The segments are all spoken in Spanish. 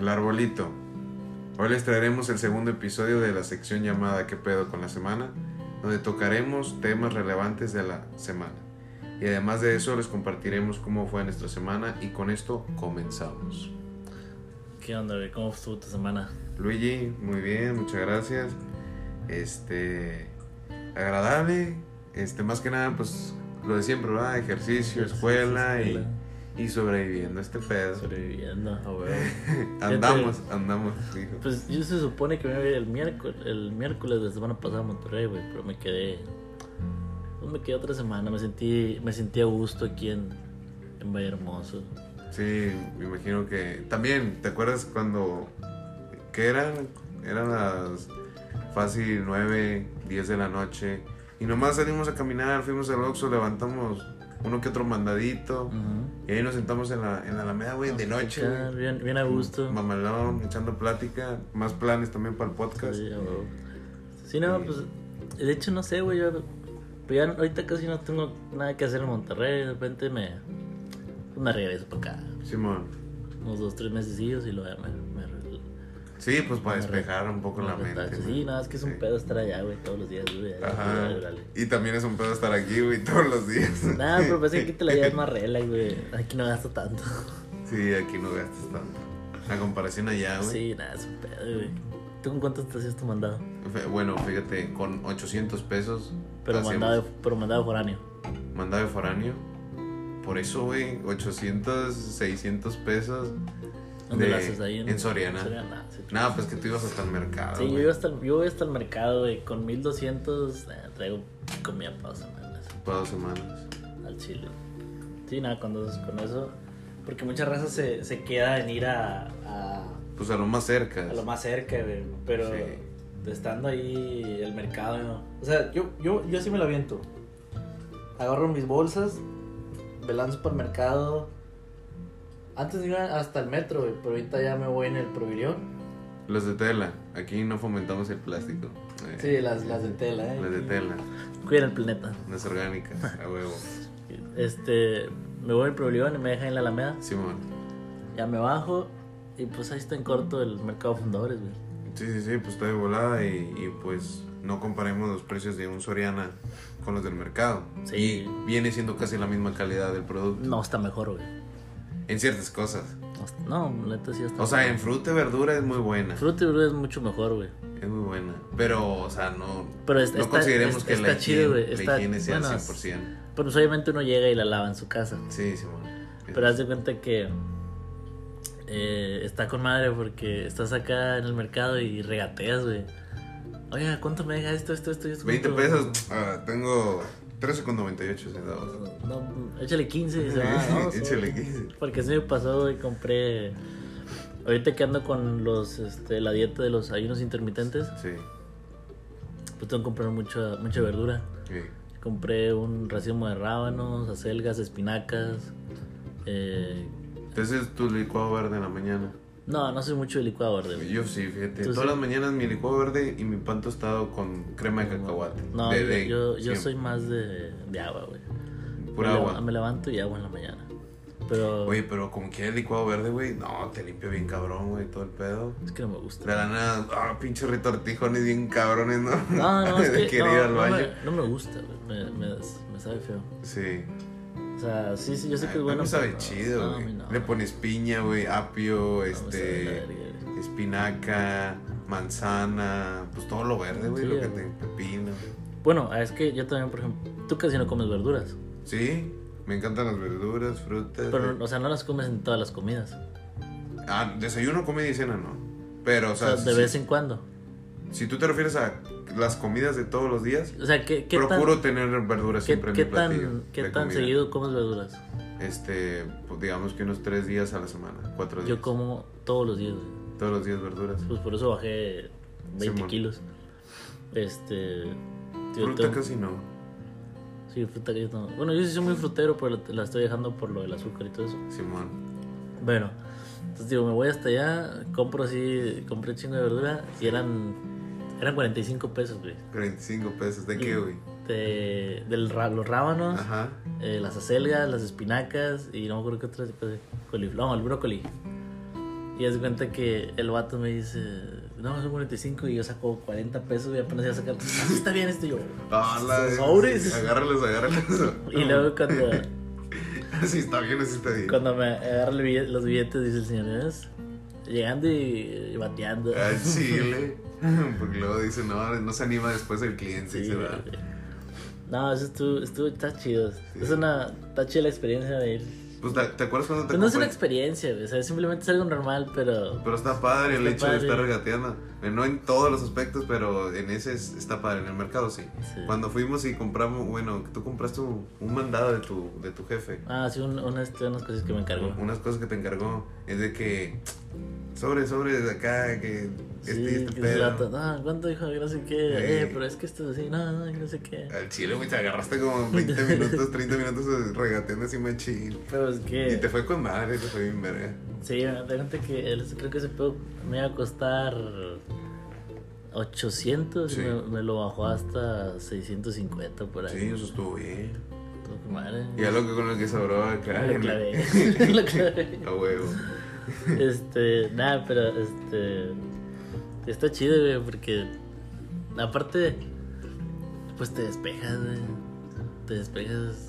el arbolito. Hoy les traeremos el segundo episodio de la sección llamada ¿Qué pedo con la semana?, donde tocaremos temas relevantes de la semana. Y además de eso les compartiremos cómo fue nuestra semana y con esto comenzamos. ¿Qué onda, güey? ¿Cómo estuvo tu semana? Luigi, muy bien, muchas gracias. Agradable, más que nada pues lo de siempre, ¿verdad? Ejercicio, escuela y sobreviviendo este pedo. Sobreviviendo, güey. andamos, hijo. Pues yo se supone que me voy a ir el miércoles de la semana pasada a Monterrey, güey, pero me quedé otra semana, me sentí a gusto aquí en Vallehermoso. Sí, me imagino que también, ¿te acuerdas cuando que eran las fácil 9, 10 de la noche y nomás salimos a caminar, fuimos al Oxxo, levantamos uno que otro mandadito, y ahí nos sentamos en la Alameda, güey, de noche, bien a gusto, mamalón, echando plática, más planes también para el podcast. Sí, no, pues de hecho no sé, güey, yo pues ya ahorita casi no tengo nada que hacer en Monterrey, de repente me regreso para acá. Simón. Unos 2-3 mesecillos y luego ya me sí, pues para despejar un poco la mente. Sí, nada, es que es un pedo estar allá, güey, todos los días, güey. Ajá. Y también es un pedo estar aquí, güey, todos los días. Nada, pero parece que aquí te la llevas más relax, güey. Aquí no gasto tanto. Sí, aquí no gastas tanto. A comparación allá, güey. Sí, nada, es un pedo, güey. ¿Tú con cuánto te hacías tu mandado? Bueno, fíjate, con 800 pesos. Pero mandado foráneo. Mandado de foráneo. Por eso, güey, 800, 600 pesos. ¿Dónde lo haces ahí? En Soriana. Sí, Nada, pues que tú ibas hasta el mercado. Sí, yo voy hasta el mercado, güey. Con 1200 traigo comida para 2 semanas. Para 2 semanas. Al chile. Sí, nada, con eso. Porque mucha raza se queda en ir a pues a lo más cerca. A lo más cerca, güey. Pero sí, estando ahí el mercado, ¿no? O sea, yo sí me lo aviento. Agarro mis bolsas, me lanzo para el mercado. Antes iba hasta el metro, güey, pero ahorita ya me voy en el Provilión. Los de tela, aquí no fomentamos el plástico. Sí, las de tela, Las de tela. Cuiden el planeta. Las orgánicas, a huevo. Me voy al Provilión y me dejan en la Alameda. Simón. Ya me bajo y pues ahí está en corto el mercado Fundadores, güey. Sí, pues está de volada y pues no comparemos los precios de un Soriana con los del mercado. Sí. Y viene siendo casi la misma calidad del producto. No, está mejor, güey. En ciertas cosas. No, neta sí está. O sea, en fruta y verdura es muy buena. Fruta y verdura es mucho mejor, güey. Es muy buena. Pero, o sea, no consideremos que la higiene sea al 100%. Pero pues, obviamente uno llega y la lava en su casa. Sí, Simón. Pero haz de cuenta que está con madre porque estás acá en el mercado y regateas, güey. Oiga, ¿cuánto me deja esto? 20 pesos. Tengo 13,98 centavos. No, échale 15. Échale 15. Porque eso me pasó, güey, compré. Ahorita que ando con la dieta de los ayunos intermitentes. Sí. Pues tengo que comprar mucha verdura. Sí. Compré un racimo de rábanos, acelgas, espinacas. Entonces, ¿tu licuado verde en la mañana? No soy mucho de licuado verde, güey. Yo sí, fíjate. Todas las mañanas mi licuado verde y mi pan tostado con crema de cacahuate. No, yo soy más de agua, güey. Pura agua. Me levanto y agua en la mañana. Pero... Oye, pero como que el licuado verde, güey, no, te limpia bien cabrón, güey, todo el pedo. Es que no me gusta. De la nada, pinche retortijones bien cabrones, ¿no? No, es que ir al baño. No me gusta, güey, me sabe feo. Sí. O sea, sí, yo sé que es bueno. Me sabe chido, güey. No. Le pones piña, güey, apio, espinaca, manzana, pues todo lo verde, güey, sí, lo que te pepino. Bueno, es que yo también, por ejemplo, tú casi no comes verduras. Sí, me encantan las verduras, frutas. Pero, o sea, no las comes en todas las comidas. Desayuno, comida y cena no. Pero, o sea, de vez en cuando. Si tú te refieres a las comidas de todos los días, o sea, ¿qué procuro tener verduras siempre en mi platillo. ¿Qué tan seguido comes verduras? Pues digamos que unos 3 días a la semana, 4 días. Yo como todos los días, güey. Todos los días verduras. Pues por eso bajé 20 kilos. Fruta casi no. Sí, fruta casi no. Bueno, yo sí soy muy frutero, pero la estoy dejando por lo del azúcar y todo eso. Simón. Bueno, entonces digo, me voy hasta allá, compré un chingo de verdura y eran 45 pesos, güey. 45 pesos, ¿de qué, güey? Los rábanos, ajá, las acelgas, las espinacas y no me acuerdo qué otras, coliflor, el brócoli. Y haz de cuenta que el vato me dice, no, son 45 y yo saco 40 pesos y apenas iba a sacar. Así está bien esto y yo. Sobres. Agárralos. Y luego cuando. Así está bien. Cuando me agarra los billetes, dice el señor, ¿ves? Llegando y bateando. Al chile. Porque luego dice, no se anima después el cliente. Sí, se va. No, eso está chido. Sí. Está chida la experiencia de ir. Pues, ¿te acuerdas cuando te pues no es una experiencia, güey. O sea, simplemente es algo normal, pero está padre el hecho de estar regateando. No en todos los aspectos, pero en ese está padre. En el mercado sí. Cuando fuimos y compramos, tú compraste un mandado de tu jefe. Ah, sí, unas cosas que me encargó. Unas cosas que te encargó. Es de que sobre de acá, que este pedo. No, ¿cuánto dijo? No sé qué. Pero es que esto es así, no sé qué. Al chile, güey, te agarraste como 20 minutos, 30 minutos regateando así machín. Pero es que... Y te fue con madre, te fue bien verga. Sí, fíjate que creo que ese pedo me iba a costar 800 y me lo bajó hasta 650 por ahí. Sí, eso estuvo bien. Estuvo madre. Y algo que con lo que sobró acá. Lo clavé. A huevo. Nada, pero está chido, güey, porque aparte, pues te despejas, güey. Te despejas.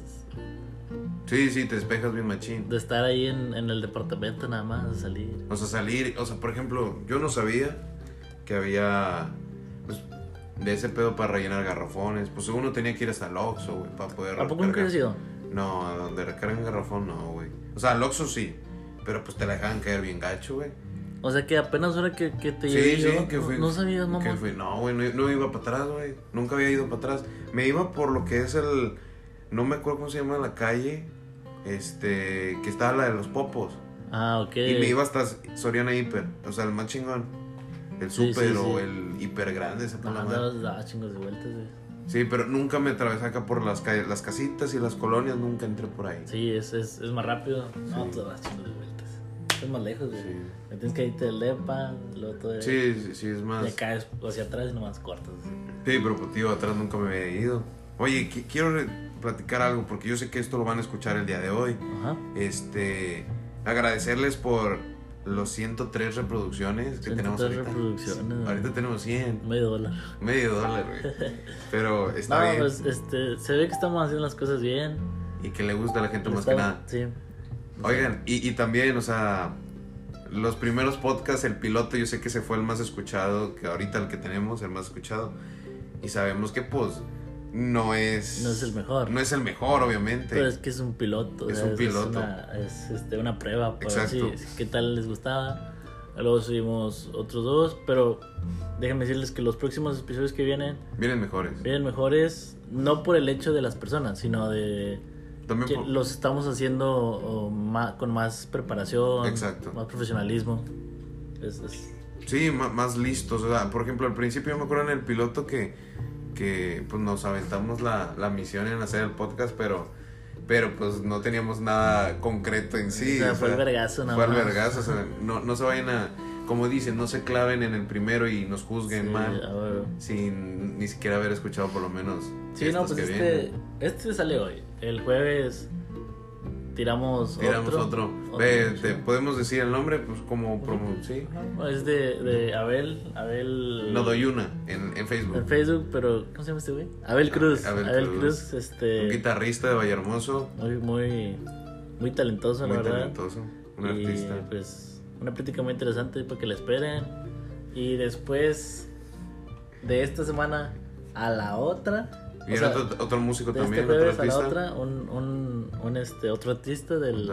Sí, te despejas bien machín. De estar ahí en el departamento nada más, de salir. O sea, por ejemplo, yo no sabía que había, pues, de ese pedo para rellenar garrafones. Pues uno tenía que ir hasta el Oxxo, güey, para poder ¿A poco nunca has ido? No, a donde recargan garrafón no, güey. O sea, al Oxxo sí, pero pues te la dejaban caer bien gacho, güey. O sea que apenas ahora que te llegué yo, que fui, no sabías, mamá. No, güey, no iba para atrás, güey. Nunca había ido para atrás. Me iba por lo que es no me acuerdo cómo se llama la calle, que estaba la de los popos. Ah, ok. Y me iba hasta Soriana Hiper, o sea, el más chingón. El super o el hiper grande, esa daba chingos de vueltas, güey. Sí, pero nunca me atravesé acá por las calles, las casitas y las colonias, nunca entré por ahí. Sí, es más rápido. No, tú das chingos de vueltas. Es más lejos, güey. Sí. Me tienes que irte del depa, luego todo. Sí, es más. Y acá hacia atrás y nomás cortas. Sí, pero pues, tío, atrás nunca me había ido. Oye, quiero platicar algo porque yo sé que esto lo van a escuchar el día de hoy. Ajá. Agradecerles por los 103 reproducciones que tenemos ahorita. Reproducciones. Ahorita tenemos 100. $1. $1, güey. Pero está bien. Pues se ve que estamos haciendo las cosas bien. Y que le gusta a la gente más que nada. Sí. Oigan, y también, o sea, los primeros podcasts, el piloto, yo sé que ese fue el más escuchado, que ahorita el que tenemos, el más escuchado. Y sabemos que, pues, no es el mejor. No es el mejor, obviamente. Pero es que es un piloto. Es un piloto. Es una prueba. Exacto. ¿Qué tal les gustaba? Luego subimos otros 2, pero déjenme decirles que los próximos episodios que vienen vienen mejores, no por el hecho de las personas, sino de también que los estamos haciendo con más preparación. Exacto. Más profesionalismo. Sí, más listos. O sea, por ejemplo, al principio yo me acuerdo en el piloto que pues nos aventamos la misión en hacer el podcast, pero pues no teníamos nada concreto en sí. O sea, fue el vergazo nada más. Fue el vergazo, o sea, no se vayan a, como dicen, no se claven en el primero y nos juzguen mal sin ni siquiera haber escuchado por lo menos. Sí, no, pues este sale hoy. El jueves tiramos otro. ¿Te podemos decir el nombre? Pues como promo, sí. Es de Abel. No doy una en Facebook. En Facebook, pero ¿cómo se llama este güey? Abel Cruz. Abel Cruz, un guitarrista de Vallehermoso. Muy talentoso, la verdad. Muy talentoso, un artista. Pues una plática muy interesante para que la esperen. Y después de esta semana a la otra. Viene otro músico también, otro artista. A la otra, otro artista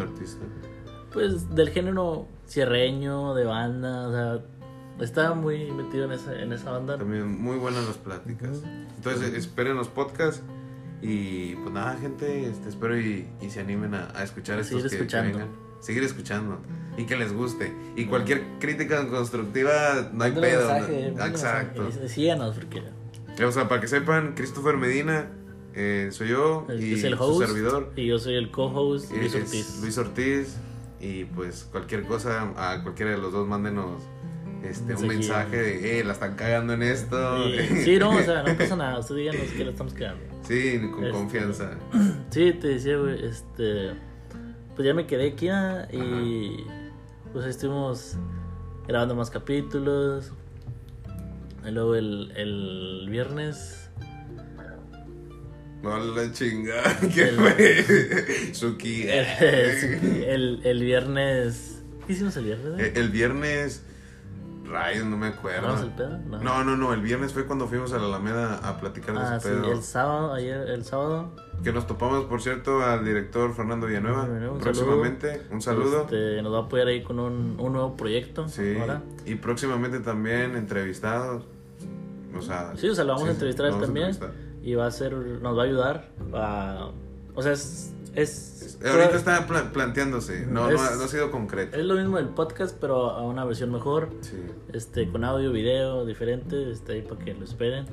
pues del género sierreño, de banda, o sea, estaba muy metido en esa banda. También muy buenas las pláticas. Entonces esperen los podcasts y pues nada, gente, espero y se animen a escuchar estos que vengan. Seguir escuchando y que les guste. Y cualquier crítica constructiva, no hay pedo. Exacto. Síganos porque... O sea, para que sepan, Christopher Medina, soy yo y el host, su servidor. Y yo soy el co-host, Luis Ortiz. Y pues cualquier cosa, a cualquiera de los dos, mándenos un mensaje de, la están cagando en esto. Sí, no, o sea, no pasa nada, ustedes díganos que la estamos cagando. Sí, con confianza. Sí, te decía, güey, pues ya me quedé aquí y pues estuvimos grabando más capítulos. Y luego el viernes. No la chingada, ¿qué fue? Suki. El viernes. ¿Qué hicimos el viernes? El viernes. Rayos, no me acuerdo. ¿Vamos el pedo? No. El viernes fue cuando fuimos a la Alameda a platicar de ese pedo. El sábado. Que nos topamos, por cierto, al director Fernando Villanueva. Próximamente, un saludo. Nos va a apoyar ahí con un nuevo proyecto. Sí. Ahora. Y próximamente también entrevistados. O sea, lo vamos a entrevistar también. Y nos va a ayudar a... O sea, ahorita está planteándose, no ha sido concreto. Es lo mismo del podcast, pero a una versión mejor. Sí. Con audio, video, diferente. Ahí para que lo esperen.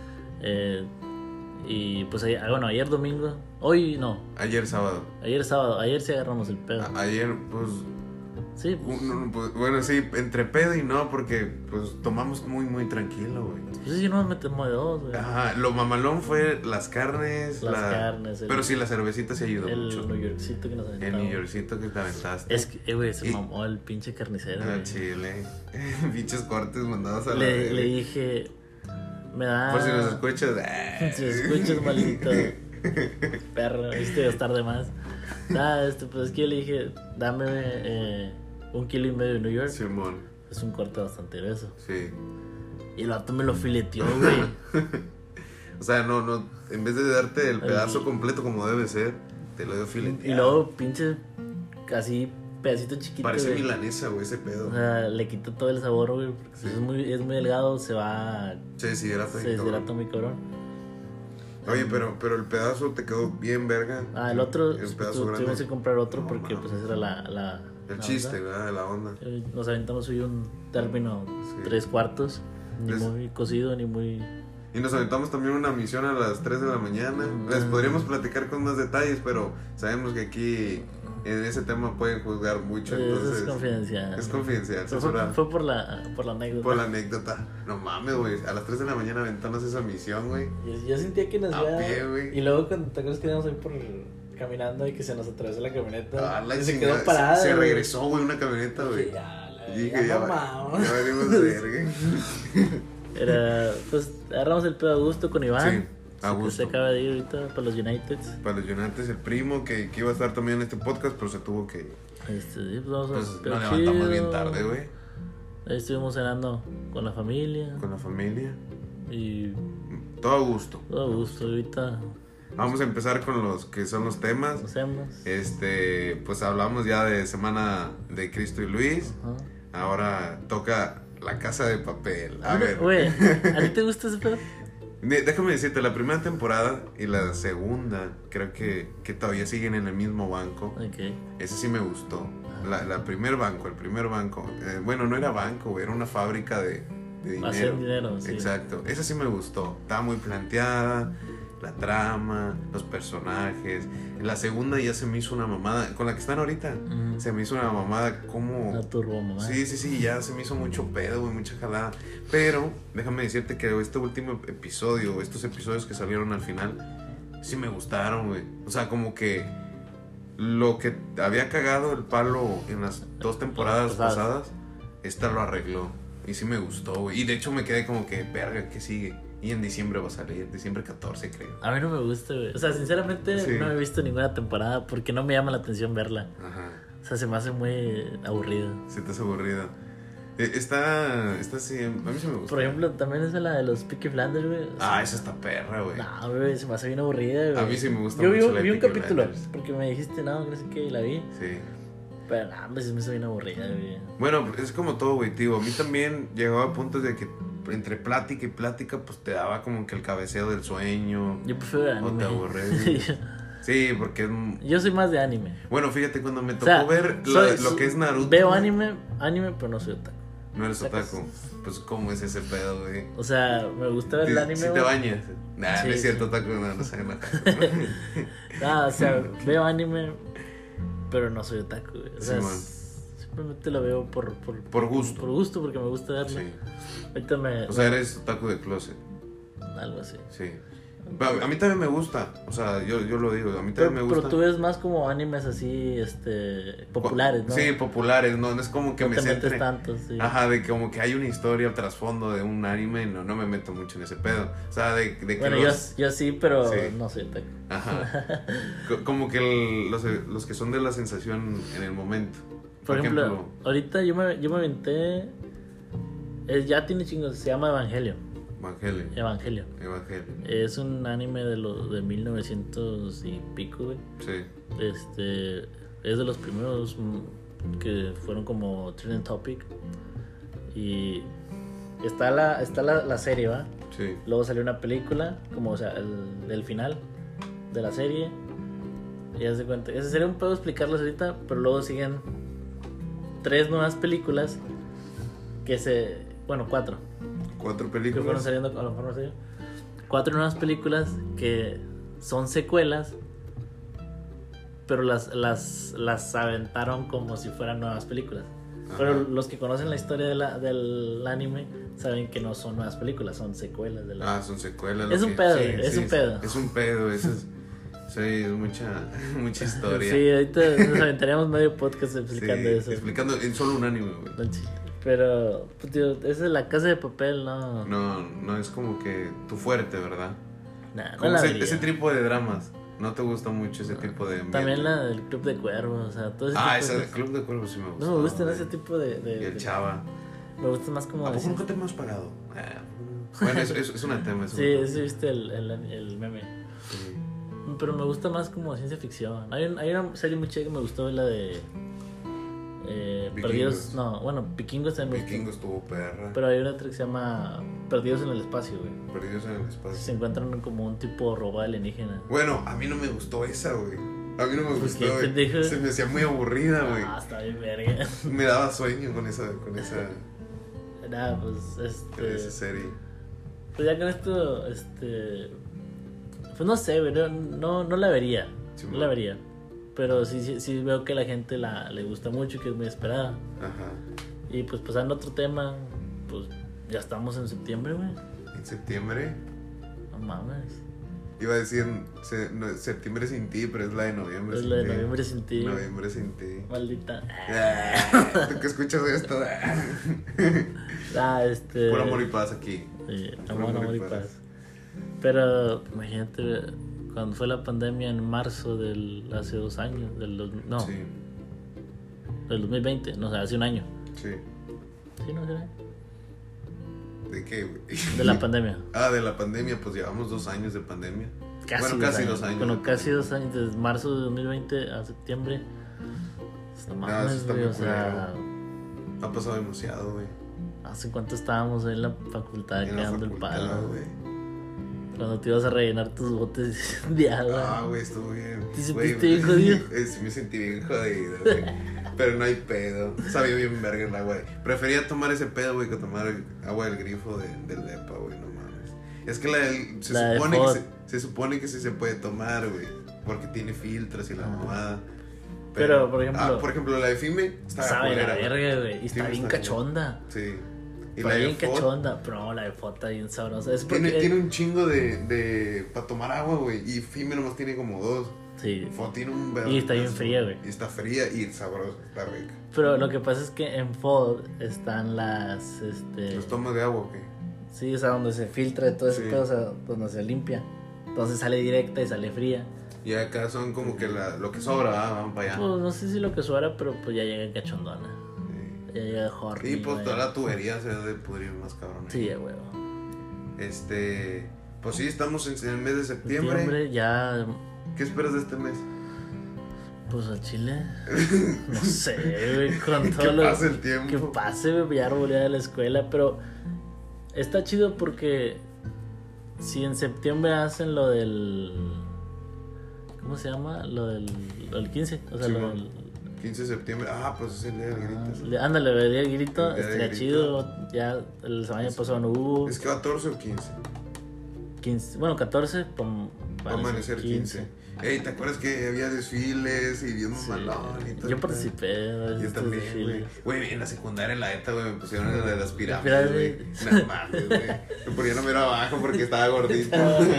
Y pues ayer domingo. Hoy no. Ayer sábado. Ayer sí agarramos el pedo. Ayer, pues... Sí, pues, bueno, sí, entre pedo y no, porque pues tomamos muy, muy tranquilo, güey. Pues sí, nos metemos de dos, güey. Ajá, lo mamalón fue las carnes. Pero sí, la cervecita se ayudó mucho. El New Yorkcito que nos aventamos. El New Yorkito que te aventaste. Es que, güey, se mamó el pinche carnicero, güey. Chile. Pinches cortes mandados a le dije, me da... Por si nos escuchas. Si nos escuchas, maldito perro, viste gastar de más. Pues es que yo le dije, dame 1,5 kilos de New York. Simón. Es un corte bastante grueso. Sí. Y el vato me lo fileteó, güey. O sea, no, en vez de darte el pedazo completo como debe ser, te lo dio fileteado. Y luego, pinche, casi pedacito chiquito. Parece milanesa, güey, ese pedo. O sea, le quita todo el sabor, güey. Sí. Es muy delgado, se deshidrata muy cabrón. Oye, pero el pedazo te quedó bien verga. El otro, el pedazo grande. Tuvimos que comprar otro porque pues esa era el chiste, ¿verdad? De la onda. Nos aventamos hoy un término 3/4, ni muy cocido, ni muy... Y nos aventamos también una misión a las 3 de la mañana. Les podríamos platicar con más detalles, pero sabemos que aquí en ese tema pueden juzgar mucho. Entonces, es confidencial. Es confidencial, fue por la anécdota. Por la anécdota. No mames, güey. A las 3 de la mañana aventamos esa misión, güey. Yo sentía que nos iba... pie, güey. Y luego cuando te acuerdas que íbamos ahí caminando y que se nos atravesó la camioneta. Y se quedó parada. Se regresó, güey, una camioneta, güey. Dije, ya venimos de verga. Pues agarramos el pedo a gusto con Iván. Sí, a gusto. Se acaba de ir ahorita para los Uniteds. Para los Uniteds, el primo que iba a estar también en este podcast, pero se tuvo que ir. Pues vamos nos levantamos bien tarde, güey. Ahí estuvimos cenando con la familia. Y... Todo a gusto. Ahorita... Vamos a empezar con los que son los temas. Pues hablamos ya de Semana de Cristo y Luis. Ahora toca La Casa de Papel. A ver. Güey, ¿a ti te gusta ese pedo? Déjame decirte, la primera temporada y la segunda creo que todavía siguen en el mismo banco. Okay. Ese sí me gustó. El primer banco. Bueno, no era banco, era una fábrica de dinero. Hacer dinero, sí. Exacto. Esa sí me gustó. Estaba muy planteada. La trama, los personajes. En la segunda ya se me hizo una mamada. Con la que están ahorita, se me hizo una mamada como... Una turbo mamada. Sí, ya se me hizo mucho pedo, güey, mucha jalada. Pero déjame decirte que este último episodio, estos episodios que salieron al final, sí me gustaron, güey. O sea, como que lo que había cagado el palo en las 2 temporadas pasadas, esta lo arregló. Y sí me gustó, güey. Y de hecho me quedé como que, verga, ¿qué sigue? Y en diciembre va a salir, diciembre 14 creo. A mí no me gusta, güey. O sea, sinceramente no he visto ninguna temporada porque no me llama la atención verla. Ajá. O sea, se me hace muy aburrido. Se te hace aburrido. Esta sí, a mí sí me gusta. Por ejemplo, también es la de los Peaky Blinders, güey. Esa está perra, güey. No, güey, se me hace bien aburrida, güey. A mí sí me gusta mucho la vi un Peaky capítulo, Blinders. porque me dijiste, no sé qué, y la vi. Sí. Pero no, pues se me hizo bien aburrida, güey. Bueno, es como todo, güey, tío. A mí también llegaba a puntos de que entre plática y plática, pues te daba como que el cabeceo del sueño. Yo prefiero el anime. O te aburres. Sí, porque es... Yo soy más de anime. Bueno, fíjate, cuando me tocó ver lo que es Naruto... Veo anime, pero no soy otaku. No eres otaku. Pues, ¿cómo es ese pedo, güey? O sea, me gusta ver el anime. ¿Sí te bañas? Nah, no es cierto, otaku, no sé. No, o sea, veo anime, pero no soy otaku, güey. O sea, simplemente lo veo por gusto. Por gusto, porque me gusta verlo. Sí. Ahorita o sea, eres otaku de closet. Algo así. Sí. A mí también me gusta, o sea, yo lo digo, a mí también me gusta. Pero tú ves más como animes así, populares, ¿no? Sí, populares, no es como que no me te centre. metes tanto, sí. Ajá, de como que hay una historia trasfondo de un anime, no me meto mucho en ese pedo. O sea, de que bueno, yo sí, pero sí. no soy otaku. Ajá. Como que los que son de la sensación en el momento. Por ejemplo, ahorita yo me aventé, ya tiene chingos, se llama Evangelion. Es un anime de 1900 y pico, güey. Sí. Es de los primeros que fueron como trending topic. Y está la serie, ¿va? Sí. Luego salió una película, como, o sea, el final de la serie. Y ya se cuenta. Ese sería un pedo explicarlos ahorita, pero luego siguen 3 nuevas películas bueno, 4. 4 películas. Que fueron saliendo a lo mejor no sé. 4 nuevas películas que son secuelas, pero las aventaron como si fueran nuevas películas. Ajá. Pero los que conocen la historia del anime saben que no son nuevas películas, son secuelas de la... son secuelas. Es un pedo, es un pedo. Es un pedo, eso es... Sí, es mucha historia. Sí, ahorita nos aventaríamos medio podcast explicando eso. Explicando en solo un anime, güey. Pero, pues, tío, esa es La Casa de Papel, ¿no? No es como que tu fuerte, ¿verdad? Nah, como ese tipo de dramas. No te gusta mucho ese tipo de ambiente. También la del Club de Cuervos, o sea, todo ese tipo esa del Club de Cuervos sí me gusta. No me gustan ese tipo de... Y el Chava. Me gusta más como... ¿A poco nunca te hemos pagado? Bueno, es un tema. Sí, viste el meme. Sí. Pero me gusta más como ciencia ficción. Hay una serie muy chida que me gustó, la de... Perdidos... No, bueno, Vikingos también. Vikingos tuvo perra. Pero hay una otra que se llama Perdidos en el Espacio, güey. Perdidos en el Espacio. Se encuentran como un tipo robot alienígena. Bueno, a mí no me gustó esa, güey. A mí no me gustó, güey. Se me hacía muy aburrida, güey. Está bien verga. Me daba sueño con esa... Nada, pues, esa serie. Pues ya con esto, pues no sé, güey, no la vería. Sí, no la vería. Pero sí veo que a la gente le gusta mucho y que es muy esperada. Ajá. Y pues pasando a otro tema, pues ya estamos en septiembre, güey. ¿En septiembre? No mames. Iba a decir septiembre sin ti, pero es la de noviembre sin ti. Es la de noviembre sin ti. Noviembre sin ti. Maldita. ¿Tú que escuchas esto? Puro amor y paz aquí. Sí, amor y paz. Pero imagínate cuando fue la pandemia en marzo hace 2 años, del 2020, no, o sea, hace un año. Sí. ¿Sí, no será? ¿De qué, güey? De la pandemia. De la pandemia, pues llevamos 2 años de pandemia. Casi 2 años. Bueno, casi 2 años, desde marzo de 2020 a septiembre. No mames, güey, o sea... Ha pasado demasiado, güey. ¿Hace cuánto estábamos en la facultad quedando el palo? Güey. Cuando te ibas a rellenar tus botes de agua. Güey, estuvo bien. ¿Te sentiste bien jodido? Sí, me sentí bien jodido, güey. Pero no hay pedo. Sabía bien verga el agua. Prefería tomar ese pedo, güey, que tomar agua del grifo del depa, güey, no mames. Es que se supone que sí se puede tomar, güey, porque tiene filtros y la mamada. Pero por ejemplo, la de Fime sabe la verga, güey. Y está bien cachonda. Sí. Y la bien cachonda, pero no, la de Fota bien sabrosa. Tiene un chingo de para tomar agua, güey. Y Fime nomás tiene como 2. Sí. Fota tiene un verbo. Y está bien fría, güey. Y está fría y sabrosa, está rica. Pero lo que pasa es que en FOD están los tomas de agua, ¿o qué? Sí, o sea, donde se filtra todo ese pedo, o sea, donde se limpia. Entonces sale directa y sale fría. Y acá son como que lo que sobra, van para allá. Pues no sé si lo que sobra, pero pues ya llega cachondona. Ya llega horny. Y pues toda la tubería se debe pudrir más cabrón. Sí, ya huevo. Pues sí, estamos en el mes de septiembre. Ya. ¿Qué esperas de este mes? Pues a Chile. No sé, güey. Con todo que pase el tiempo. Que pase, güey. Ya volví a la escuela. Pero está chido porque si en septiembre hacen lo del. ¿Cómo se llama? Lo del 15. O sea, sí, lo del 15 de septiembre. Pues es el día del grito. Ándale, el día del grito. Estaría chido. Ya el año pasado no hubo. ¿Es 14 o 15? 15. Bueno, 14. Va a amanecer 15. Ey, ¿te acuerdas que había desfiles y bien mamalón y todo? Yo participé. Yo también, güey. Güey, en la secundaria, en la ETA, güey, me pusieron en la de las pirámides, güey. Pirámides. No mames, güey. Me ponían a ver abajo porque estaba gordito.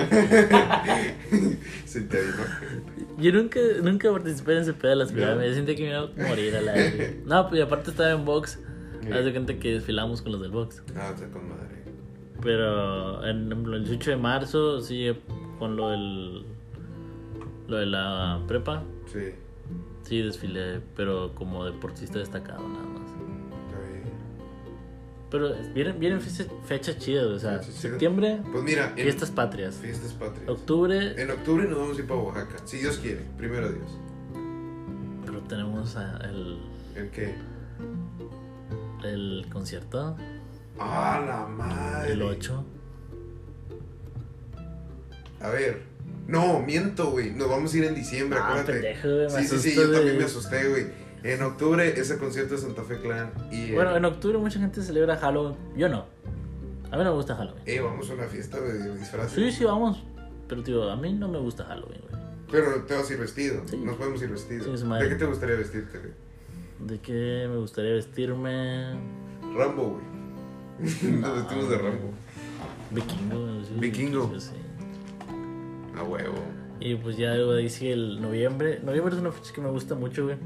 Se te vino. Yo nunca participé en ese pedo de las pirámides. Sentí que me iba a morir a la vez. No, pues y aparte estaba en box. Haz de cuenta que desfilamos con los del box. Ah, está con madre. Pero en el 18 de marzo, sí, con lo de la prepa, Sí, sí desfilé, pero como deportista destacado nada más. está bien. Pero vienen fechas chidas, o sea, Fechas chidas. septiembre, Pues mira, fiestas patrias. Fiestas patrias. Octubre, En octubre nos vamos a ir para Oaxaca. Si Dios quiere, primero Dios. pero tenemos ¿El qué? el concierto, ¡Ah, la madre! el 8. A ver. No, miento, güey. Nos vamos a ir en diciembre, acuérdate. Pendejo, güey, me Sí, asusté yo de- también me asusté, güey. En octubre, ese concierto de Santa Fe Clan. Y, Bueno, en octubre mucha gente celebra Halloween, yo no. A mí no me gusta Halloween. vamos a una fiesta de disfraces. Sí, vamos. Pero, tío, a mí no me gusta Halloween, güey. Pero te vas a ir vestido. Sí. Nos podemos ir vestidos. Sí, su madre. ¿De qué te gustaría vestirte, güey? ¿De qué me gustaría vestirme? Rambo, güey. Nos vestimos de Rambo. Vikingo, sí. Vikingo. Sí. A huevo. Y pues ya luego ahí sigue el noviembre. Noviembre es una fecha que me gusta mucho, güey.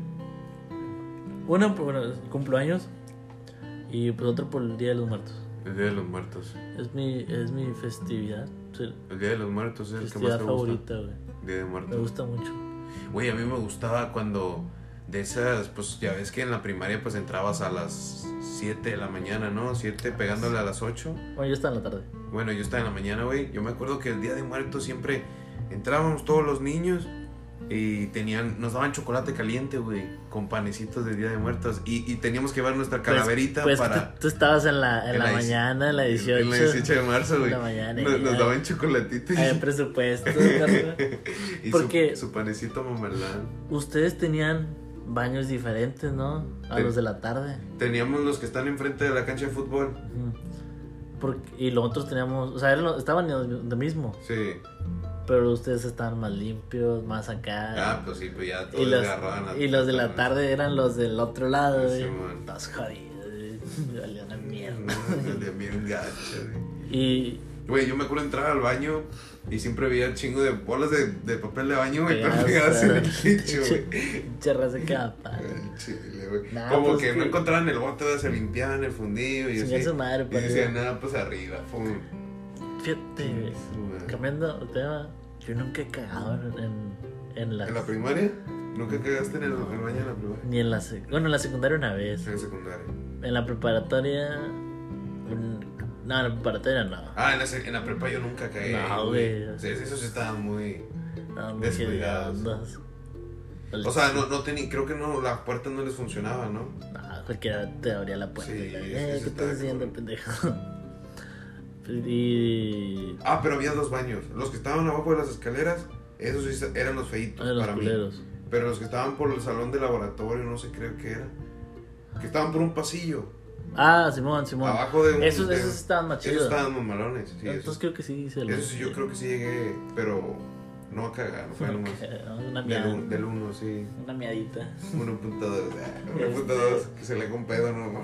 Una, pues, bueno, cumplo años. Y pues otra por el Día de los Muertos. El Día de los Muertos. Es mi festividad. Sí, El Día de los Muertos es el que festividad más te gusta. favorita, güey. Día de Me Muertos. gusta mucho. Güey, a mí me gustaba cuando de esas, pues ya ves que en la primaria pues entrabas a las 7 de la mañana, ¿no? 7 pegándole a las 8. Bueno, ya está en la tarde. Bueno, yo estaba en la mañana, güey. Yo me acuerdo que el Día de Muertos siempre entrábamos todos los niños y nos daban chocolate caliente, güey, con panecitos de Día de Muertos. Y teníamos que llevar nuestra calaverita Pues para... tú estabas en la en la mañana, en la 18. En la 18 de marzo, güey. En la mañana, Nos ya. daban chocolatito y, Hay presupuesto, carnal. y porque- su panecito mamelán. Ustedes tenían baños diferentes, ¿no? A Sí. los de la tarde. Teníamos los que están enfrente de la cancha de fútbol. Y los otros teníamos, o sea, estaban en lo mismo, Sí. pero ustedes estaban más limpios, más acá. Ah, pues sí, pues ya todos y los, agarraban. y los de la tarde eran los del otro lado, Sí, güey. man. Todos jodidos, güey. Me valían a mierda. El de mí un gacho, güey. Y Güey, yo me acuerdo entrar al baño y siempre veía chingo de bolas de papel de baño, güey, Pegadas, pegadas en el pegadas. techo, güey. charras de capa. Al chile, güey. Nah, Como pues que que- no encontraban el bote, se limpiaban el fundido y Chingar así. su madre, Y para decían, arriba. nada, pues arriba, pum. Fíjate, güey, Su madre. cambiando de tema, yo nunca he cagado en la... ¿En la primaria? ¿Nunca cagaste en el baño en la primaria? Ni en la bueno, en la secundaria una vez. En la secundaria. En la preparatoria... No, en la preparatoria no. Ah, en la prepa yo nunca caí. No, güey. Sí, eso sí estaba muy... No, Descuidados. hediondos. O sea, no tenía, creo que no, la puerta no les funcionaba, ¿no? No, cualquiera te abría la puerta. Sí, y la, es que ¿qué eso estás está haciendo, cool. pendejo? Y... Ah, pero había dos baños. Los que estaban abajo de las escaleras, esos sí eran los feitos Ay, los para mí. culeros. Pero los que estaban por el salón de laboratorio, no sé, creo que era. Que estaban por un pasillo. Ah, Simón. Abajo de un... Esos de- estaban más Esos chidos. estaban mamalones, sí. Entonces Esos, creo que sí se esos sí, yo creo que sí llegué, pero no a cagar, fue nomás. Una miada. Del 1, sí. Una miadita. 1.2, 1.2, que se le con pedo, no.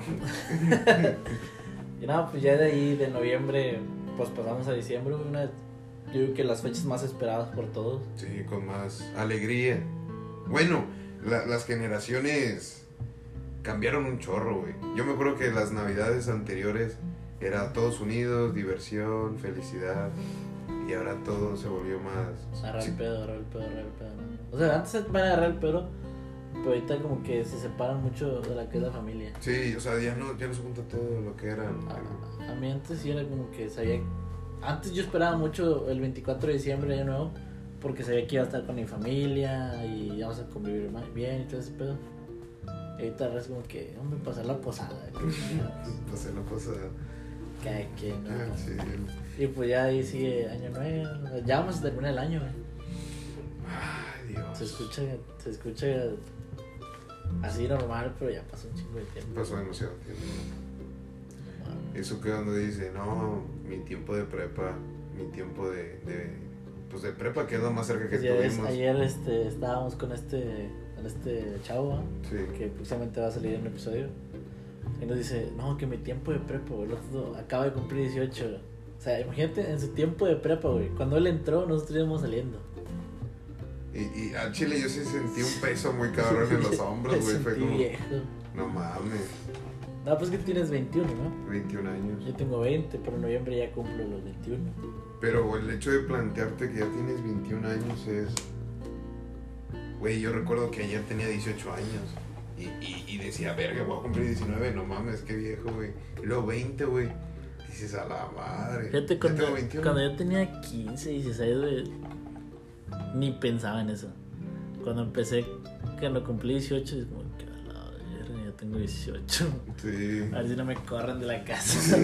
Y no, pues ya de ahí, de noviembre, pues pasamos a diciembre. Yo digo que las fechas más esperadas por todos. Sí, con más alegría. Bueno, las generaciones cambiaron un chorro, güey. Yo me acuerdo que las navidades anteriores era todos unidos, diversión, felicidad. Y ahora todo se volvió más... Agarrar Sí, el pedo. ¿No? O sea, antes se van a agarrar el pedo, pero ahorita como que se separan mucho de la que es la familia. sí, o sea, ya no se junta todo lo que era. A mí antes sí era como que sabía... Antes yo esperaba mucho el 24 de diciembre, año nuevo, porque sabía que iba a estar con mi familia y íbamos a convivir bien y todo ese pedo. Y ahorita es como que, hombre, pasar la posada. Pues se lo pasa... Cada quien, ¿no? Ah, sí. Y pues ya ahí sigue año nuevo. Ya vamos a terminar el año, güey. Ay, Dios. Se escucha así normal, pero ya pasó un chingo de tiempo. Pasó demasiado tiempo. Eso que cuando dice, no, mi tiempo de prepa, mi tiempo de pues de prepa, que es lo más cerca que Pues ya ves, tuvimos. ayer estábamos con este chavo, ¿no? Sí. Que próximamente va a salir en un episodio. Y nos dice, no, que mi tiempo de prepa, güey, el otro acaba de cumplir 18. O sea, imagínate en su tiempo de prepa, güey. Cuando él entró, nosotros íbamos saliendo. Y al chile yo sí sentí un peso muy cabrón en los hombros, güey. Fue como, viejo. no mames, No, pues que tienes 21, ¿no? 21 años. Yo tengo 20, pero en noviembre ya cumplo los 21. Pero el hecho de plantearte que ya tienes 21 años es... Güey, yo recuerdo que ayer tenía 18 años y decía, verga, voy a cumplir 19, no mames, qué viejo, güey. Y luego 20, güey. Dices, a la madre. Fíjate, Ya tengo 21. cuando yo tenía 15, 16, güey, ni pensaba en eso. Cuando cuando cumplí 18, es como que a la verga, ya tengo 18. Sí. A ver si no me corren de la casa.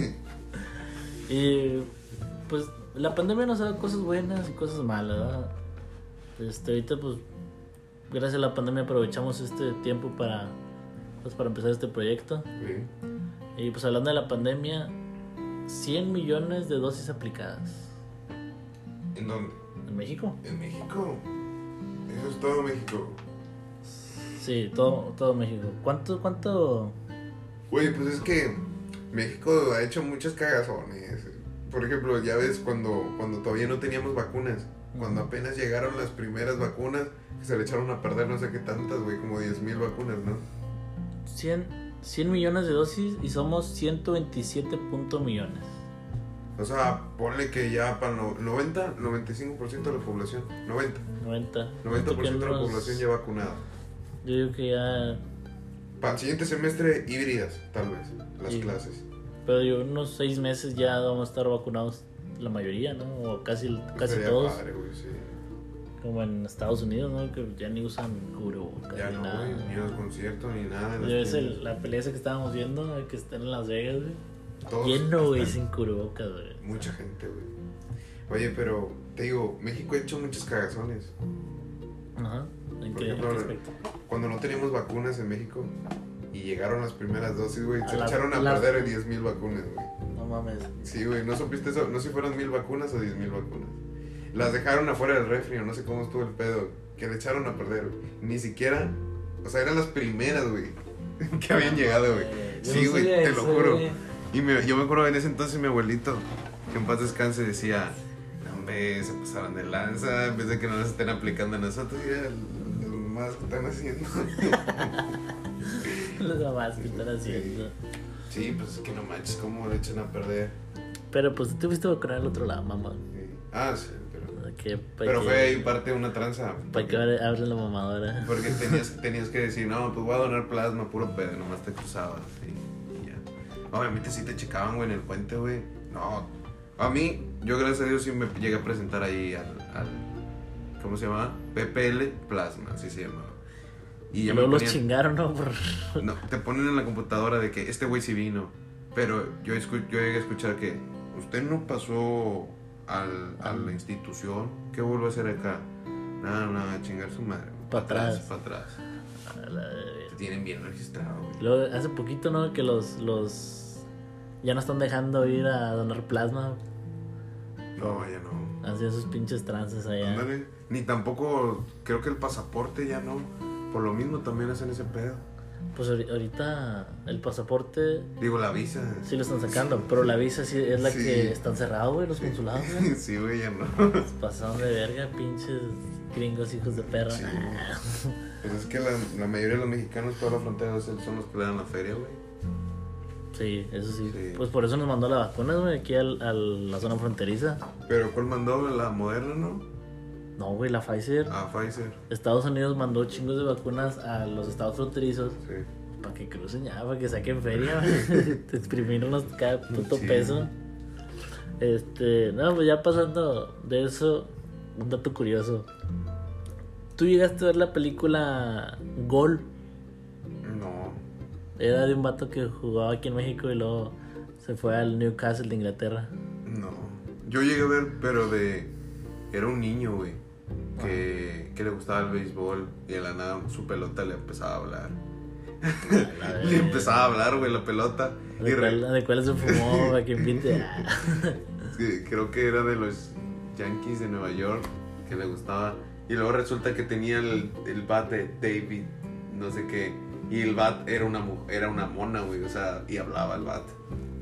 Y pues la pandemia nos ha dado cosas buenas y cosas malas, ¿verdad? Ahorita pues gracias a la pandemia aprovechamos este tiempo para empezar este proyecto. Sí. Y pues hablando de la pandemia, 100 millones de dosis aplicadas. ¿En dónde? ¿En México? ¿En México? Eso es todo México. Sí, todo México. ¿Cuánto? Güey, pues es que México ha hecho muchas cagazones. Por ejemplo, ya ves cuando todavía no teníamos vacunas. Cuando apenas llegaron las primeras vacunas, que se le echaron a perder no sé qué tantas, güey, como 10,000 vacunas, ¿no? 100 millones de dosis y somos 127 millones. O sea, ponle que ya para 95% de la población, 90% de la población ya vacunada. Yo digo que ya... Para el siguiente semestre, híbridas, tal vez, las Sí. clases. Pero yo unos 6 meses ya vamos a estar vacunados la mayoría, ¿no? O casi Sería todos. padre, güey, sí. Como en Estados Unidos, ¿no? Que ya ni usan cubrebocas Ya ni no, nada. güey, ni a los conciertos ni nada. Yo ves la pelea esa que estábamos viendo, que está en Las Vegas, güey. Todos Lleno, güey, están- sin cubrebocas, güey. Mucha gente, güey. Oye, pero te digo, México ha hecho muchas cagazones. Ajá. ¿En Por qué ejemplo, aspecto? Cuando no teníamos vacunas en México y llegaron las primeras dosis, güey, se A la- echaron a la- perder 10,000 vacunas, güey. No mames. Sí, güey, ¿no supiste eso? No sé si fueron 1,000 vacunas o 10,000 vacunas. Las dejaron afuera del refri, o no sé cómo estuvo el pedo, que le echaron a perder, güey. Ni siquiera, o sea, eran las primeras, güey, que habían llegado, güey. Yo Sí, no güey, sabía te lo eso, juro. güey. Y yo me acuerdo en ese entonces mi abuelito, que en paz descanse, decía, no, hombre, se pasaron de lanza, en vez de que no nos estén aplicando a nosotros, ya los más que están haciendo. Las mamás que están haciendo. Sí, pues es que no manches, cómo le echan a perder. Pero pues te fuiste a vacunar al otro lado, mamá. Sí. Ah, sí, pero Que fue ahí parte de una tranza. Para que abres la mamadora. Porque tenías que decir, no, pues voy a donar plasma, puro pedo, nomás te cruzabas. Y ya. Obviamente sí te checaban, güey, en el puente, güey. No, a mí, yo gracias a Dios sí me llegué a presentar ahí al ¿cómo se llama? PPL Plasma, así se llamaba. Y ya luego me los ponían- chingaron, ¿no? No, te ponen en la computadora de que este güey sí vino. Pero yo llegué a escuchar que usted no pasó a la institución. ¿Qué vuelve a hacer acá? Nada, chingar su madre. Pa' atrás. Para atrás. A la verga. Te tienen bien registrado, güey. Luego, hace poquito, ¿no? Que los ya no están dejando ir a donar plasma. No, ya no. Hacían sus pinches trances allá. Ándale. Ni tampoco, creo que el pasaporte ya no. Por lo mismo también hacen ese pedo. Pues ahorita el pasaporte Digo, la visa. sí lo están sacando, pero la visa sí es la Sí. que están cerrados, güey, los consulados, güey. Sí, güey, ya no. Se pasaron de verga, pinches gringos hijos de perra. Sí. Pues es que la mayoría de los mexicanos, toda la frontera son los que le dan la feria, güey. Sí, eso sí. Sí. Pues por eso nos mandó las vacunas, güey, aquí a la zona fronteriza. Pero ¿cuál mandó? La Moderna, ¿no? No, güey, la Pfizer. Ah, Pfizer. Estados Unidos mandó chingos de vacunas a los estados fronterizos Sí. para que crucen ya, para que saquen feria, güey. Te exprimieron cada puto Sí. peso. No, pues ya pasando de eso, un dato curioso. ¿Tú llegaste a ver la película Gol? No. Era de un vato que jugaba aquí en México y luego se fue al Newcastle de Inglaterra. No. Yo llegué a ver, pero era un niño, güey. Que le gustaba el béisbol y de la nada su pelota le empezaba a hablar. Le empezaba a hablar, güey, la pelota. ¿De cuál se fumó? ¿A quién pinte? Sí, creo que era de los Yankees de Nueva York que le gustaba. Y luego resulta que tenía el bat de David, no sé qué. Y el bat era una mona, güey. O sea, y hablaba el bat.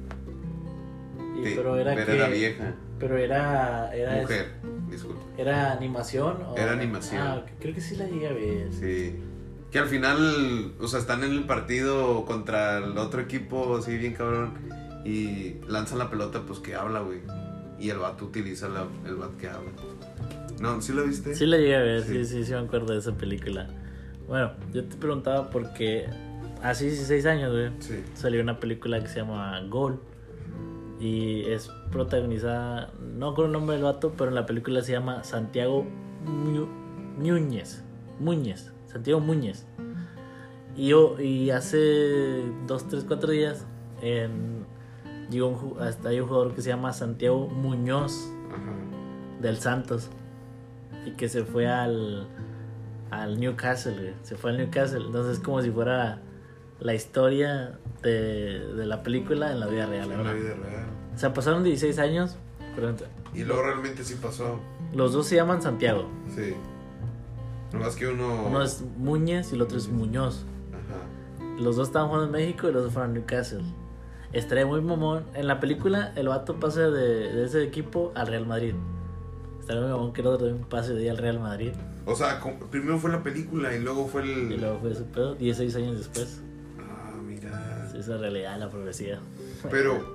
Pero era vieja. Pero era mujer, disculpa. ¿Era animación? Era animación. Creo que sí la llegué a ver. Sí. Que al final, o sea, están en el partido contra el otro equipo, así bien cabrón. Y lanzan la pelota, pues que habla, güey. Y el vato utiliza el bat que habla. ¿No? ¿Sí la viste? Sí la llegué a ver, sí me acuerdo de esa película. Bueno, yo te preguntaba porque hace 16 años, güey, salió una película que se llama Gol. Y es protagonizada, no con el nombre del vato, pero en la película se llama Santiago Muñez. Santiago Muñez. Y hace 2, 3, 4 días hasta hay un jugador que se llama Santiago Muñoz. Ajá. Del Santos. Y que se fue al Newcastle, güey. Se fue al Newcastle. Entonces es como si fuera la historia de la película en la vida real. En la vida real. O sea, pasaron 16 años. Y luego realmente sí pasó. Los dos se llaman Santiago. Sí. Nomás que uno es Muñez y el otro es Muñoz. Ajá. Los dos estaban jugando en México y los dos fueron a Newcastle. Estaría muy mamón. En la película el vato pasa de ese equipo al Real Madrid. Estaría muy mamón que el otro también pase de ahí al Real Madrid. O sea, primero fue la película y luego fue Y luego fue ese pedo, 16 años después. Ah, mira. Sí, esa realidad, la profecía. Pero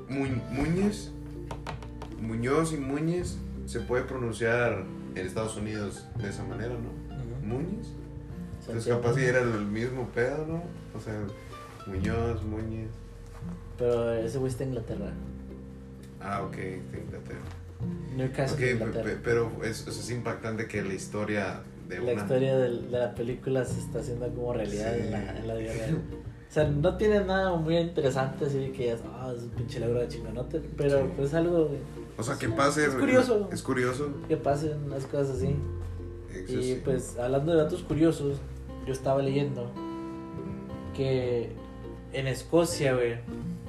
Muñoz y Muñez se puede pronunciar en Estados Unidos de esa manera, ¿no? Uh-huh. Muñez. Entonces capaz si era el mismo pedo, ¿no? O sea, Muñoz, Muñez. Pero ese güey está en Inglaterra. Ah, ok, está en Inglaterra. Newcastle, okay, Inglaterra. Pero es impactante que la historia historia de la película se está haciendo como realidad en la vida real. O sea, no tiene nada muy interesante así que es un pinche logro de chingonote, pero pues algo... O sea, que pase... Es curioso. Es curioso. Que pasen las cosas así. Eso y sí. Pues hablando de datos curiosos, yo estaba leyendo que en Escocia, güey,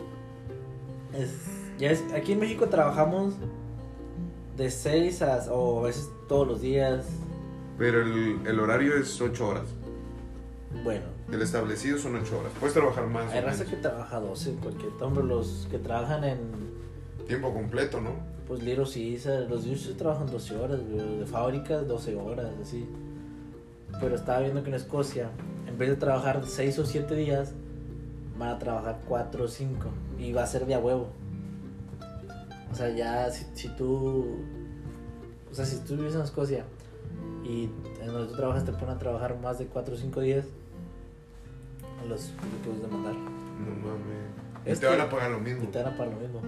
aquí en México trabajamos de 6 o a veces todos los días. Pero el horario es 8 horas. Bueno. El establecido son 8 horas. Puedes trabajar más. Hay raza que trabaja 12, cualquier hombre, los que trabajan en... Tiempo completo, ¿no? Pues Little Caesar, los dioses trabajan 12 horas, güey, de fábricas 12 horas, así. Pero estaba viendo que en Escocia, en vez de trabajar 6 o 7 días, van a trabajar 4 o 5. Y va a ser de a huevo. O sea, ya si tú... O sea, si tú vives en Escocia y en donde tú trabajas te ponen a trabajar más de 4 o 5 días, los puedes demandar. No mames. Y te van a pagar lo mismo. Y te van a pagar lo mismo.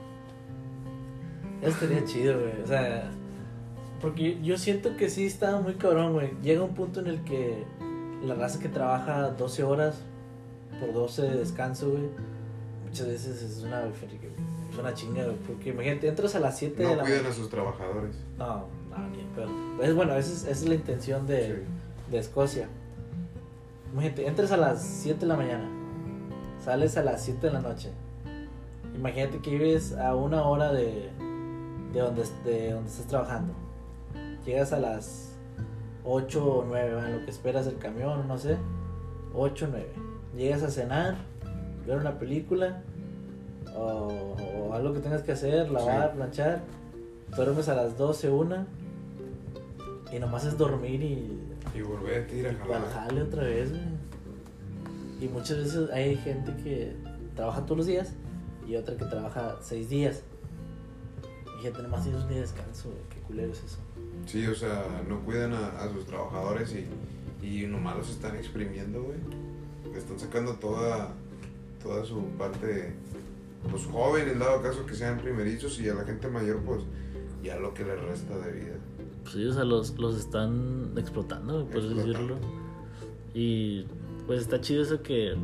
Eso estaría chido, güey. O sea, porque yo siento que sí está muy cabrón, güey. Llega un punto en el que la raza que trabaja 12 horas por 12 de descanso, güey, muchas veces es una chinga, güey. Porque imagínate, entras a las 7 de la mañana. No cuidan a sus trabajadores. No, ni pero bueno, esa es la intención de Escocia. Imagínate, entras a las 7 de la mañana, sales a las 7 de la noche. Imagínate que vives a 1 hora de donde estás trabajando. Llegas a las 8 o 9, ¿vale? Lo que esperas el camión, no sé. 8 o 9. Llegas a cenar, ver una película o algo que tengas que hacer, lavar, planchar. Duermes a las 12, 1 y nomás es dormir y volver a tirar a jale otra vez, güey. Y muchas veces hay gente que trabaja todos los días y otra que trabaja 6 días. Y gente nomás tiene un día de descanso, güey. Qué culero es eso. Sí, o sea, no cuidan a sus trabajadores y nomás los están exprimiendo, güey. Están sacando toda su parte, los jóvenes, dado caso que sean primerizos, y a la gente mayor, pues, ya lo que les resta de vida. Pues sí, o sea, los están explotando, por decirlo. Y pues está chido eso que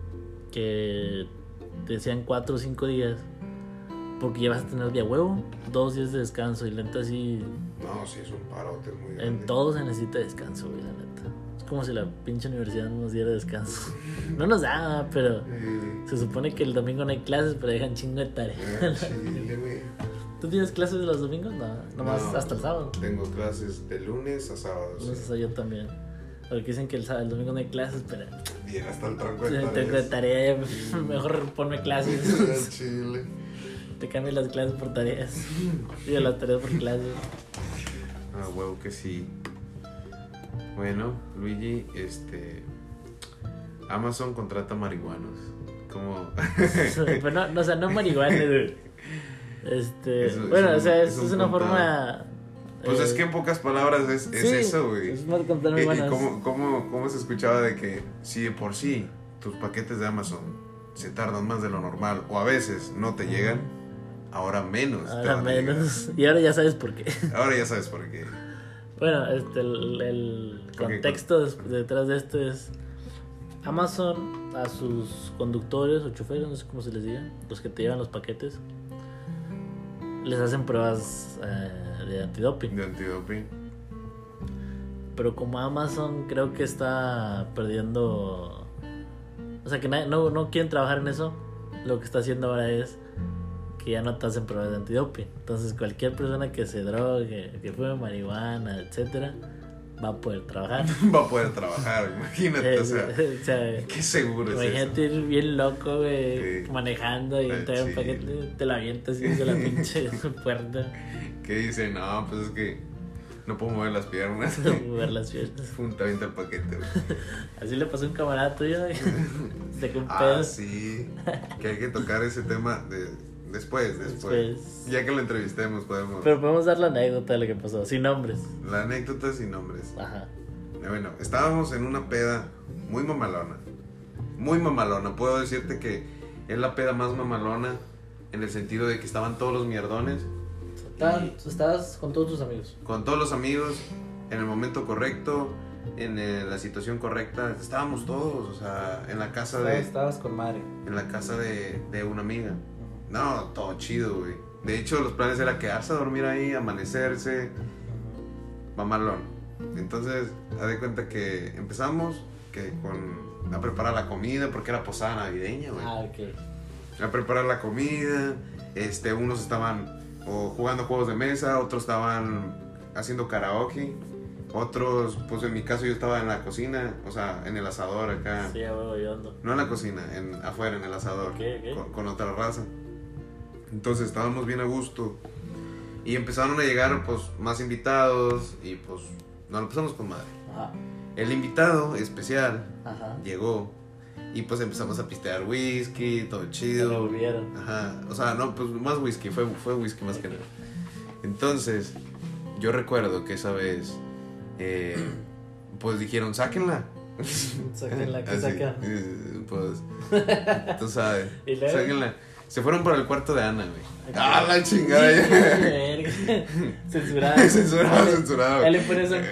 te decían 4 o 5 días, porque ya vas a tener día huevo, 2 días de descanso, y la neta sí... No, sí, es un parote muy grande. En todo se necesita descanso, güey, la neta. Es como si la pinche universidad no nos diera descanso. No nos da, pero se supone que el domingo no hay clases, pero dejan chingo de tarea. Chile, güey. ¿Tú tienes clases los domingos? No, nomás No, hasta el sábado. Tengo clases de lunes a sábado. No sé, yo también. Porque dicen que el domingo no hay clases, pero... Bien, hasta el tronco de Tengo de tareas. tarea, mejor ponme clases. Al chile. Te cambio las clases por tareas. Digo, las tareas por clases. Ah, huevo que sí. Bueno, Luigi, Amazon contrata marihuanos. Como... Pero no, o sea, no marihuana, güey. Eso bueno, es o sea, es es un una contado. forma... Pues es que en pocas palabras es sí, eso, güey. es más contar ¿Y buenas. cómo se escuchaba de que si de por sí tus paquetes de Amazon se tardan más de lo normal o a veces no te llegan, ahora menos te Ahora van a llegar? menos. Y ahora ya sabes por qué. Ahora ya sabes por qué. Bueno, el contexto detrás de esto es... Amazon a sus conductores o choferes, no sé cómo se les diga, los que te llevan los paquetes, les hacen pruebas de antidoping. De antidoping. Pero como Amazon creo que está perdiendo... O sea, que no quieren trabajar en eso, lo que está haciendo ahora es que ya no te hacen pruebas de antidoping. Entonces cualquier persona que se drogue, que fume marihuana, etcétera, va a poder trabajar. Va a poder trabajar, imagínate, o sea, qué seguro es eso. Imagínate ir bien loco, güey, Sí. manejando y traer un Sí. paquete, te la avientas y desde la pinche puerta. Que dice, no, pues es que no puedo mover las piernas. Mover las piernas. Punta, avienta el paquete, güey. Así le pasó a un camarada tuyo, güey. Se con Ah, pedos. sí. Que hay que tocar ese tema después. Ya que lo entrevistemos podemos. Pero podemos dar la anécdota de lo que pasó, sin nombres. La anécdota sin nombres. Ajá. Bueno, estábamos en una peda muy mamalona. Muy mamalona. Puedo decirte que es la peda más mamalona en el sentido de que estaban todos los mierdones. Estabas con todos tus amigos. Con todos los amigos, en el momento correcto, en la situación correcta. Estábamos todos, o sea, en la casa Estabas con madre. en la casa de una amiga. No, todo chido, güey. De hecho, los planes era quedarse a dormir ahí, amanecerse, mamalón. Entonces, haz de cuenta que empezamos a preparar la comida, porque era posada navideña, güey. Ah, ok. A preparar la comida, unos estaban jugando juegos de mesa, otros estaban haciendo karaoke, otros, pues en mi caso yo estaba en la cocina, o sea, en el asador acá. Sí, ya voy ando. No en la cocina, afuera, en el asador, Ok. con otra raza. Entonces estábamos bien a gusto. Y empezaron a llegar pues más invitados y pues nos lo pasamos con madre. Ajá. El invitado especial Ajá. llegó y pues empezamos a pistear whisky, todo chido. Se lo volvieron. Ajá, o sea, no, pues más whisky, fue whisky más que nada. Entonces, yo recuerdo que esa vez, pues dijeron, sáquenla. Sáquenla, que Así, sacan. pues, tú sabes, ¿Y luego? sáquenla. Se fueron para el cuarto de Ana, güey. Ok. ¡Ah, la chingada! Ya. Verga. Censurado. Censurado. Ya le pones un...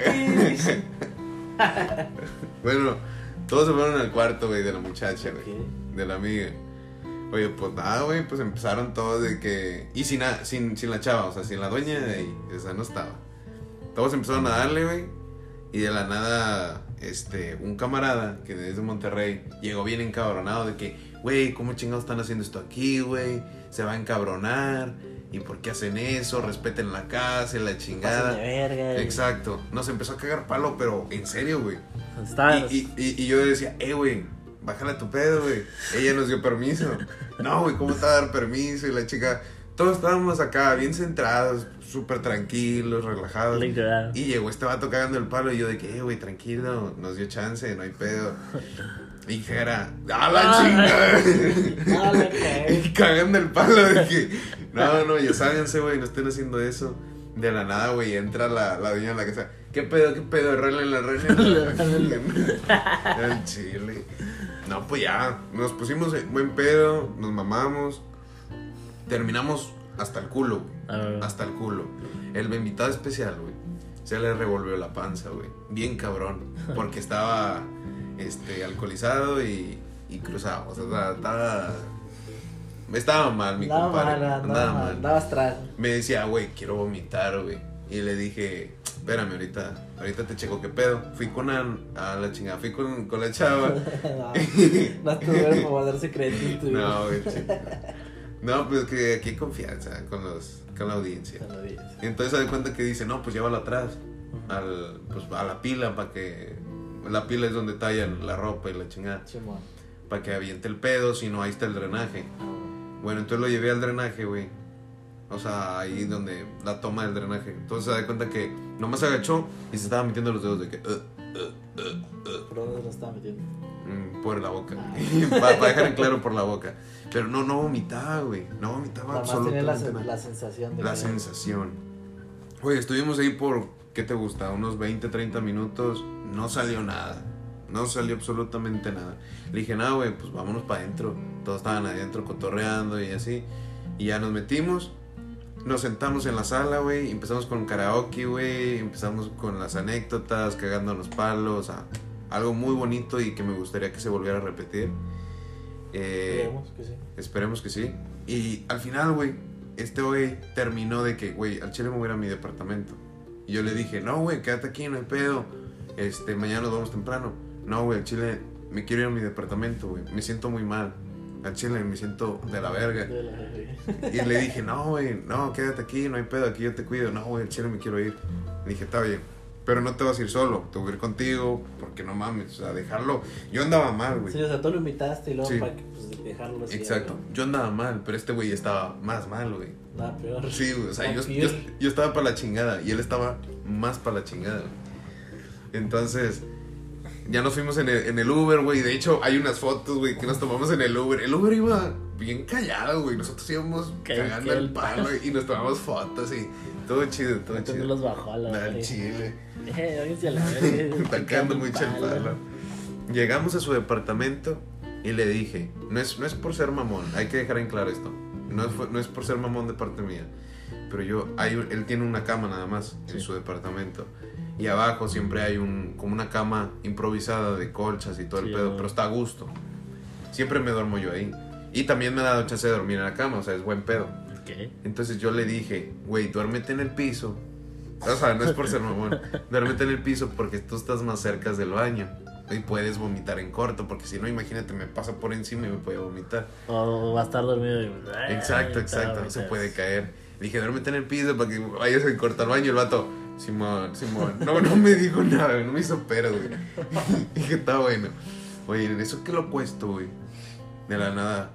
Bueno, todos se fueron al cuarto, güey, de la muchacha, güey. Ok. De la amiga. Oye, pues nada, güey, pues empezaron todos de que... Y sin la chava, o sea, sin la dueña de ahí, esa no estaba. Todos empezaron a darle, güey. Y de la nada, un camarada que desde Monterrey llegó bien encabronado de que... Güey, ¿cómo chingados están haciendo esto aquí, güey? Se va a encabronar. ¿Y por qué hacen eso? Respeten la casa y la chingada. Pasen de verga, güey. Exacto. Nos empezó a cagar palo, pero en serio, güey. Estabas... Y yo decía, güey, bájale tu pedo, güey. Ella nos dio permiso. No, güey, ¿cómo te va a dar permiso? Y la chica, todos estábamos acá bien centrados, súper tranquilos, relajados. Literal. Y llegó este vato cagando el palo y yo de que, güey, tranquilo, nos dio chance, no hay pedo. Y que era, ¡ah, la chingada! Y cagando el palo de que, no, ya ságanse, güey, no estén haciendo eso. De la nada, güey, entra la dueña de la casa. ¿Qué pedo? Arréglenla. El chile. No, pues ya, nos pusimos en buen pedo, nos mamamos. Terminamos hasta el culo, güey. Hasta el culo. El invitado especial, güey, se le revolvió la panza, güey. Bien cabrón. Porque estaba alcoholizado y cruzado. O sea, estaba mal, mi compadre. Andaba mal. Andaba astral. Me decía, güey, quiero vomitar, güey. Y le dije, espérame, ahorita te checo qué pedo. Fui con la chingada, fui con la chava. No estuve para guardar secretito. No, güey. No, pues que aquí hay confianza con la audiencia. Entonces se da cuenta que dice, no, pues llévalo atrás, pues a la pila, para que... La pila es donde tallan la ropa y la chingada. Para que aviente el pedo, si no, ahí está el drenaje. Bueno, entonces lo llevé al drenaje, güey. O sea, ahí donde la toma del drenaje. Entonces se da cuenta que nomás se agachó y se estaba metiendo los dedos de que... ¿Por dónde lo estaba metiendo? Por la boca. Para dejar en claro, por la boca. Pero no vomitaba, güey. No vomitaba absolutamente nada. La sensación de la sensación. Oye, estuvimos ahí por, ¿qué te gusta? Unos 20, 30 minutos. No salió nada. No salió absolutamente nada. Le dije, no, güey, pues vámonos para adentro. Todos estaban adentro cotorreando y así. Y ya nos metimos. Nos sentamos en la sala, güey. Empezamos con karaoke, güey. Empezamos con las anécdotas, cagándonos palos. Algo muy bonito y que me gustaría que se volviera a repetir. Esperemos que sí. Esperemos que sí. Y al final, güey, güey terminó de que, güey, al chile me voy a ir a mi departamento. Y yo le dije, no, güey, quédate aquí, no hay pedo. Mañana nos vamos temprano. No, güey, al chile me quiero ir a mi departamento, güey. Me siento muy mal. Al chile me siento de la verga. Y le dije, no, güey, no, quédate aquí, no hay pedo, aquí yo te cuido. No, güey, al chile me quiero ir. Le dije, está bien, pero no te vas a ir solo, te voy a ir contigo, porque no mames, o sea, dejarlo. Yo andaba mal, güey. Sí, o sea, tú lo invitaste y luego sí. para que, pues, dejarlo así. Exacto, yo andaba mal, pero este güey estaba más mal, güey. Nada, peor. Sí, güey, o sea, yo estaba para la chingada y él estaba más para la chingada, güey. Entonces, ya nos fuimos en el Uber, güey. De hecho, hay unas fotos, güey, que nos tomamos en el Uber. El Uber iba bien callado, güey. Nosotros íbamos cagando el palo y nos tomamos fotos y todo chido, todo chido. No los bajó a la chile. Óiganse a la verga. Tacando mucho el palo. Llegamos a su departamento y le dije, no es por ser mamón, hay que dejar en claro esto. No es por ser mamón de parte mía. Pero él tiene una cama nada más en su departamento. Y abajo siempre hay como una cama improvisada de colchas y todo el pedo, pero está a gusto. Siempre me duermo yo ahí. Y también me ha dado chance de dormir en la cama, o sea, es buen pedo. Okay. Entonces yo le dije, güey, duérmete en el piso. O sea, no es por ser mamón. Duérmete en el piso porque tú estás más cerca del baño. Y puedes vomitar en corto, porque si no, imagínate, me pasa por encima y me puede vomitar. O va a estar dormido y... Exacto, se puede caer. Le dije, duérmete en el piso para que vayas en corto al baño. Y el vato... Simón. No me dijo nada, no me hizo pero, güey. Dije, está bueno. Oye, en eso que lo puesto, güey. De la nada.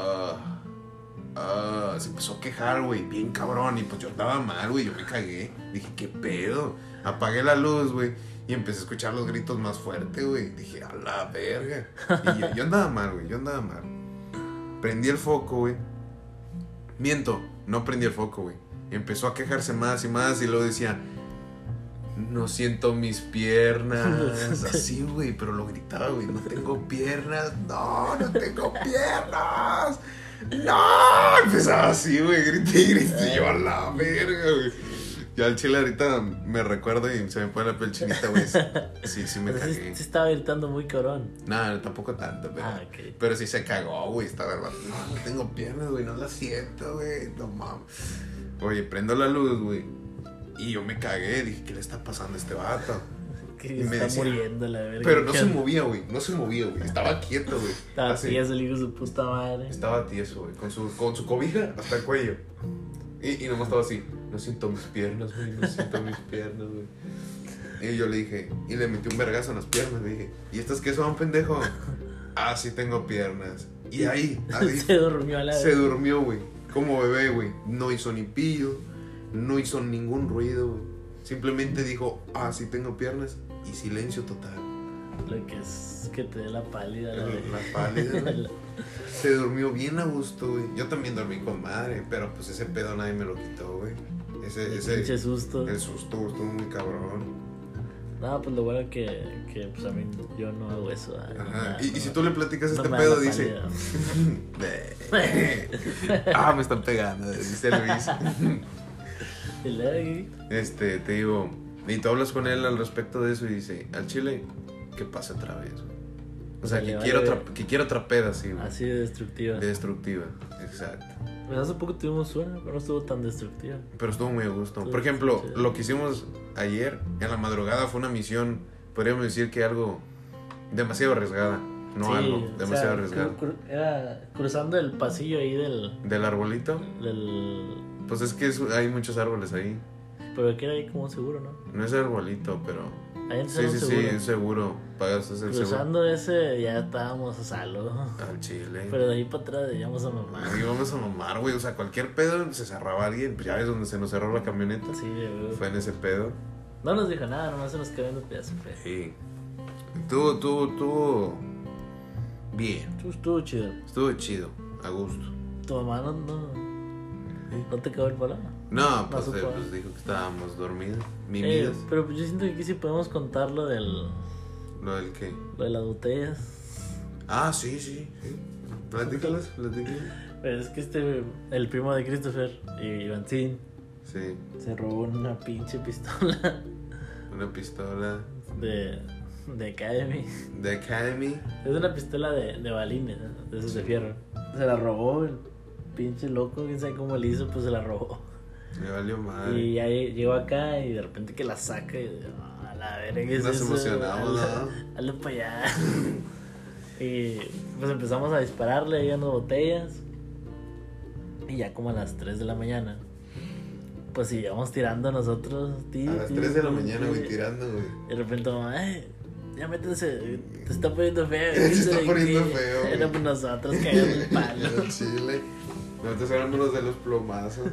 Se empezó a quejar, güey. Bien cabrón. Y pues yo estaba mal, güey. Yo me cagué. Dije, ¿qué pedo? Apagué la luz, güey. Y empecé a escuchar los gritos más fuerte, güey. Dije, a la verga. Y yo andaba mal, güey. Prendí el foco, güey. Miento, no prendí el foco, güey. Empezó a quejarse más y más. Y luego decía... No siento mis piernas. Así, güey, pero lo gritaba, güey. No tengo piernas. No tengo piernas. No. Empezaba así, güey. Grité. Yo a la verga, güey. Ya al chile ahorita me recuerdo y se me pone la piel chinita, güey. Sí me cagué. Se estaba gritando muy cabrón. No, tampoco tanto, pero... Okay. Pero sí se cagó, güey. Estaba verdad. No tengo piernas, güey. No las siento, güey. No mames. Oye, prendo la luz, güey. Y yo me cagué, dije, ¿qué le está pasando a este vato? Que está muriendo, la verga. Pero no se movía, güey. Estaba quieto, güey. Estaba tieso, el hijo de su puta madre. Estaba tieso, güey. Con su cobija hasta el cuello. Y nomás estaba así. No siento mis piernas, güey. Y yo le dije, y le metí un vergazo en las piernas. Le dije, ¿y estas qué son, pendejo? Sí tengo piernas. Y ahí se durmió a la Se durmió, güey. Como bebé, güey. No hizo ni pillo. No hizo ningún ruido, güey. Simplemente dijo, sí tengo piernas. Y silencio total. Lo que es que te dé la pálida. La pálida, güey. Se durmió bien a gusto, güey. Yo también dormí con madre. Pero pues ese pedo nadie me lo quitó, güey. Ese susto. El susto estuvo muy cabrón. No, pues lo bueno que pues a mí yo no hago eso. Ajá. Y si tú le platicas este pedo, dice... Me están pegando, dice Luis. Te digo, y tú hablas con él al respecto de eso y dice, al chile, que pase otra vez, güey. O sea, que quiero otra peda, sí, güey. Así de destructiva. Exacto. Pues hace poco tuvimos una, pero no estuvo tan destructiva. Pero estuvo muy a gusto. Por ejemplo, lo que hicimos ayer, en la madrugada, fue una misión, podríamos decir que algo demasiado arriesgada. no Sí, algo, o demasiado sea, arriesgado. Era cruzando el pasillo ahí ¿Del arbolito? del... Pues es que hay muchos árboles ahí. Pero que era ahí como un seguro, ¿no? No es arbolito, pero... Ahí antes Sí, era un sí, seguro. sí, es seguro. Pagas el seguro. Cruzando ese ya estábamos a salvo. Al chile. Pero de ahí para atrás íbamos a mamar. Ahí vamos a mamar, güey. O sea, cualquier pedo se cerraba alguien. Pues ya ves donde se nos cerró la camioneta. Sí, güey. Fue en ese pedo. No nos dijo nada, nomás se nos quedó viendo pedazo feo. Sí. Estuvo bien. Estuvo chido. Estuvo chido. A gusto. ¿Tu mamá no te quedó el palo? No, pues, supo. pues dijo que estábamos dormidos. Mimidos. Pero pues yo siento que aquí sí podemos contar lo ¿Lo del qué? de las botellas. Ah, sí. Platícalas. Pero es que el primo de Christopher, Ivancín, Sí. se robó una pinche pistola Una pistola de Academy. de Academy. Es una pistola de balines, ¿no? De esos de fierro. Se la robó el pinche loco, quién sabe cómo le hizo, pues se la robó. Me valió madre. Y ya llegó acá y de repente que la saca y a la verga, ¿qué es Nos eso? emocionamos, ¿no? Hazle para allá. Y pues empezamos a dispararle ahí a las botellas. Y ya como a las 3 de la mañana, pues íbamos tirando nosotros. A las 3 de la mañana, güey, tirando, güey. De repente, mamá, ya métese, te está poniendo feo. Se está ¿Qué? poniendo feo, güey. Éramos nosotros cagando el palo. En Chile. Nosotros éramos los de los plomazos.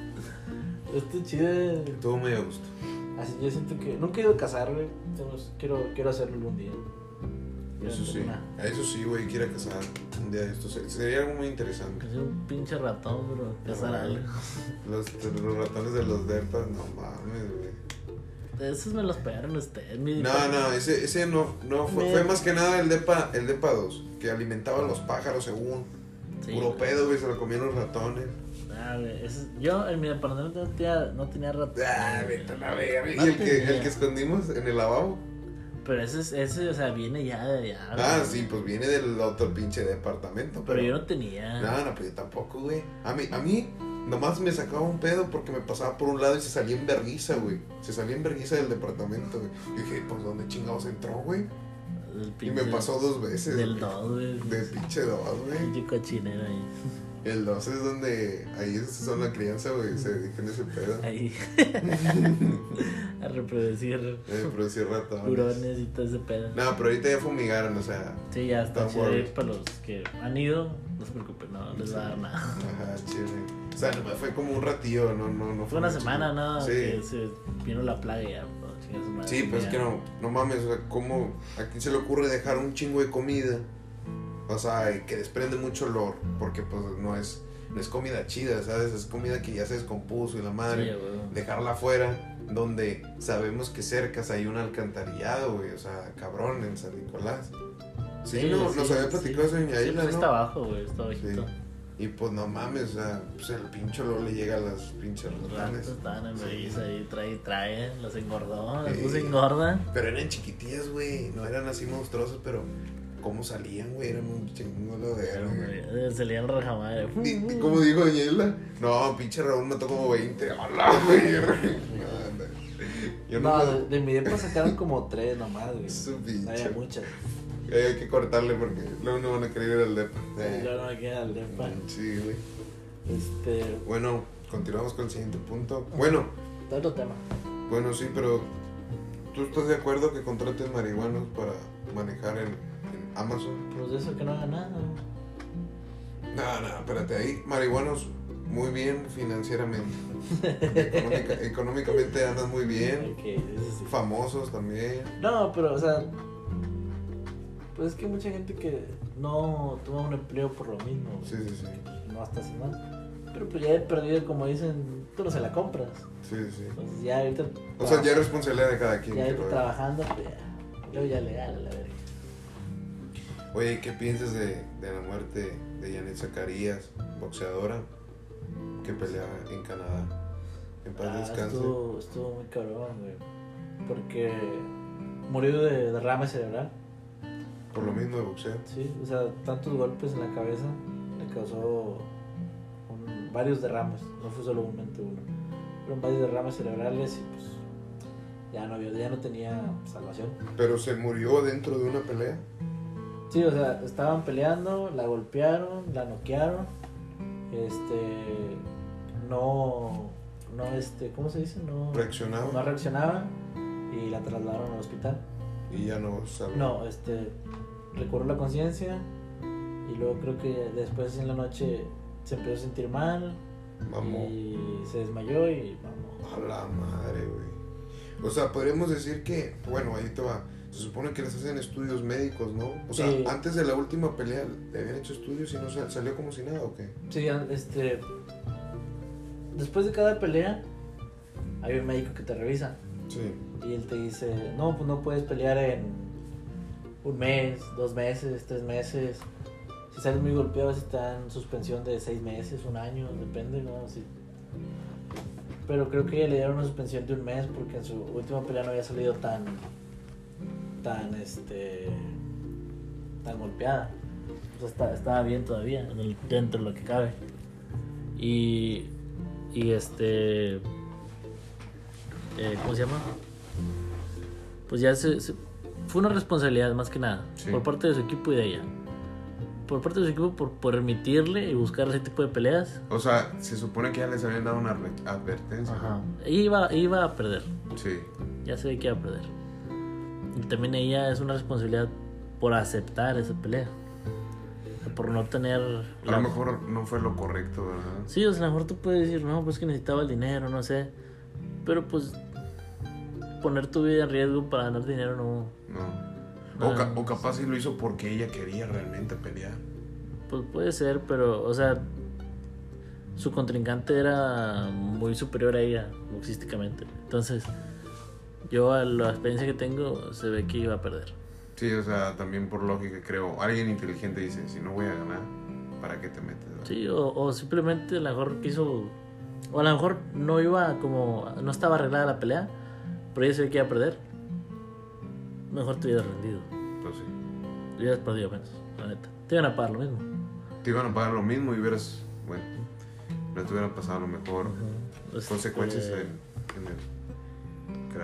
Esto chido. Estuvo muy a gusto. Así yo siento que nunca he ido a cazar, güey. Quiero hacerlo algún día. Eso sí. Eso sí, güey, quiero cazar un día de esto. Sería algo muy interesante. Es un pinche ratón, pero cazar algo. Los ratones de los depas, no mames, güey. Esos me los pegaron ustedes. No, ese no fue más que nada el depa 2, que alimentaba a los pájaros según. Sí, Puro güey. pedo, güey, se lo comían los ratones. Ah, güey, yo en mi departamento no tenía ratón. Vete a la verga. No ¿Y el tenía. que escondimos en el lavabo? Pero ese, o sea, viene ya de allá. Ah, güey. sí, pues viene del otro pinche departamento. Pero yo no tenía. No, pues yo tampoco, güey. A mí nomás me sacaba un pedo porque me pasaba por un lado y se salía en vergüenza, güey. Se salía en vergüenza del departamento, güey. Y dije, pues ¿dónde chingados entró, güey? Y me pasó 2 veces. Del güey. 2, güey. De pinche 2, güey. Pinche cochinero ahí. El 2 es donde ahí son la crianza, güey. Se dedican a ese pedo. Ahí. A reproducir Producir ratones. hurones y todo ese pedo. No, pero ahorita ya fumigaron, o sea. Sí, ya está Don't chido worry. ir para los que han ido. No se preocupen, no les va a dar nada. Ajá, chile. O sea, nomás fue como un ratillo, no Fue una mucho. semana, ¿no? Sí. Que se vino la plaga y ya. pues, chinga su madre, Sí, pues es que no mames, o sea, ¿cómo a quién se le ocurre dejar un chingo de comida? O sea, y que desprende mucho olor, porque pues no es comida chida, ¿sabes? Es comida que ya se descompuso y la madre. Sí, güey. Dejarla afuera, donde sabemos que cerca hay un alcantarillado, güey, o sea, cabrón, en San Nicolás. Sí, nos había platicado eso en Sí, Yaila, pues ¿no? está abajo, güey, está bajito. Sí. Y pues no mames, o sea, pues el pinche olor le llega a las pinches Los ratos ratones. estaban en Sí. vergüenza ahí, trae, los engordó, los Sí. puso engorda. Pero eran chiquitillas, güey, no eran así monstruosas, pero cómo salían, güey, eran un chingo de verga. Se le dieron raja madre. Y como dijo Doña Isla, no, pinche Raúl mató como 20. ¡Hola, güey! Yo No, no, de mi depa sacaron como 3 nomás, güey. Su No pinche. había muchas. Hay que cortarle porque luego no van a querer ir al depa. Sí, yo no me queda el depa. Sí, güey. Bueno, continuamos con el siguiente punto. Bueno, Otro tema. sí, pero ¿tú estás de acuerdo que contrates marihuanos para manejar en Amazon? Pues de eso que no haga nada. No, espérate, ahí marihuanos muy bien financieramente. Económicamente andan muy bien. Ok, eso sí. Famosos también. No, pero, o sea, pues es que hay mucha gente que no toma un empleo por lo mismo. Sí. No está así mal. Pero pues ya he perdido, como dicen, tú no se la compras. Sí. Entonces ya ahorita. O sea, ya es responsabilidad de cada quien. Ya que ahorita lo haga. trabajando, pues ya. Yo ya legal, a la verga. Oye, ¿qué piensas de la muerte de Janet Zacarías, boxeadora, que peleaba en Canadá? En paz descanse. Estuvo muy cabrón, güey. Porque murió de derrame cerebral. Por lo mismo de boxeo. Sí, o sea, tantos golpes en la cabeza le causó varios derrames. No fue solamente uno. Fueron varios derrames cerebrales y pues ya no tenía salvación. Pero se murió dentro de una pelea. Sí, o sea, estaban peleando, la golpearon, la noquearon. No, ¿cómo se dice? No reaccionaba y la trasladaron al hospital. Y ya no sabía. No, recobró la conciencia y luego creo que después en la noche se empezó a sentir mal. Mamó. Y se desmayó y mamó. A la madre, güey. O sea, podríamos decir que, bueno, ahí te va. Se supone que les hacen estudios médicos, ¿no? O sea, sí. Antes de la última pelea, ¿le habían hecho estudios y no salió como si nada o qué? Sí, después de cada pelea hay un médico que te revisa. Sí. Y él te dice, no, pues no puedes pelear en 1 mes, 2 meses, 3 meses. Si sales muy golpeado, está en suspensión de 6 meses, 1 año, depende, ¿no? Sí. Pero creo que le dieron una suspensión de 1 mes porque en su última pelea no había salido tan golpeada. O sea, estaba bien todavía, dentro de lo que cabe. Y ¿cómo se llama? Pues ya fue una responsabilidad más que nada, sí, por parte de su equipo y de ella. Por parte de su equipo por permitirle y buscar ese tipo de peleas. O sea, se supone que ya les habían dado una advertencia. Ajá. Iba a perder. Sí. Ya se ve que iba a perder. Y también ella es una responsabilidad por aceptar esa pelea. Por no tener... A lo mejor no fue lo correcto, ¿verdad? Sí, o sea, a lo mejor tú puedes decir, no, pues que necesitaba el dinero, no sé. Pero pues poner tu vida en riesgo para ganar dinero no. O capaz sí lo hizo porque ella quería realmente pelear. Pues puede ser, pero, o sea, su contrincante era muy superior a ella boxísticamente. Entonces, yo a la experiencia que tengo, se ve que iba a perder. Sí, o sea, también por lógica creo, alguien inteligente dice, si no voy a ganar, ¿para qué te metes? ¿Verdad? Sí, o simplemente a lo mejor quiso, o a lo mejor no estaba arreglada la pelea, pero ella se ve que iba a perder. Mejor te hubieras rendido. Pues sí. Te hubieras perdido menos, la neta. Te iban a pagar lo mismo. Te iban a pagar lo mismo y hubieras, bueno, no te hubieran pasado a lo mejor consecuencias en el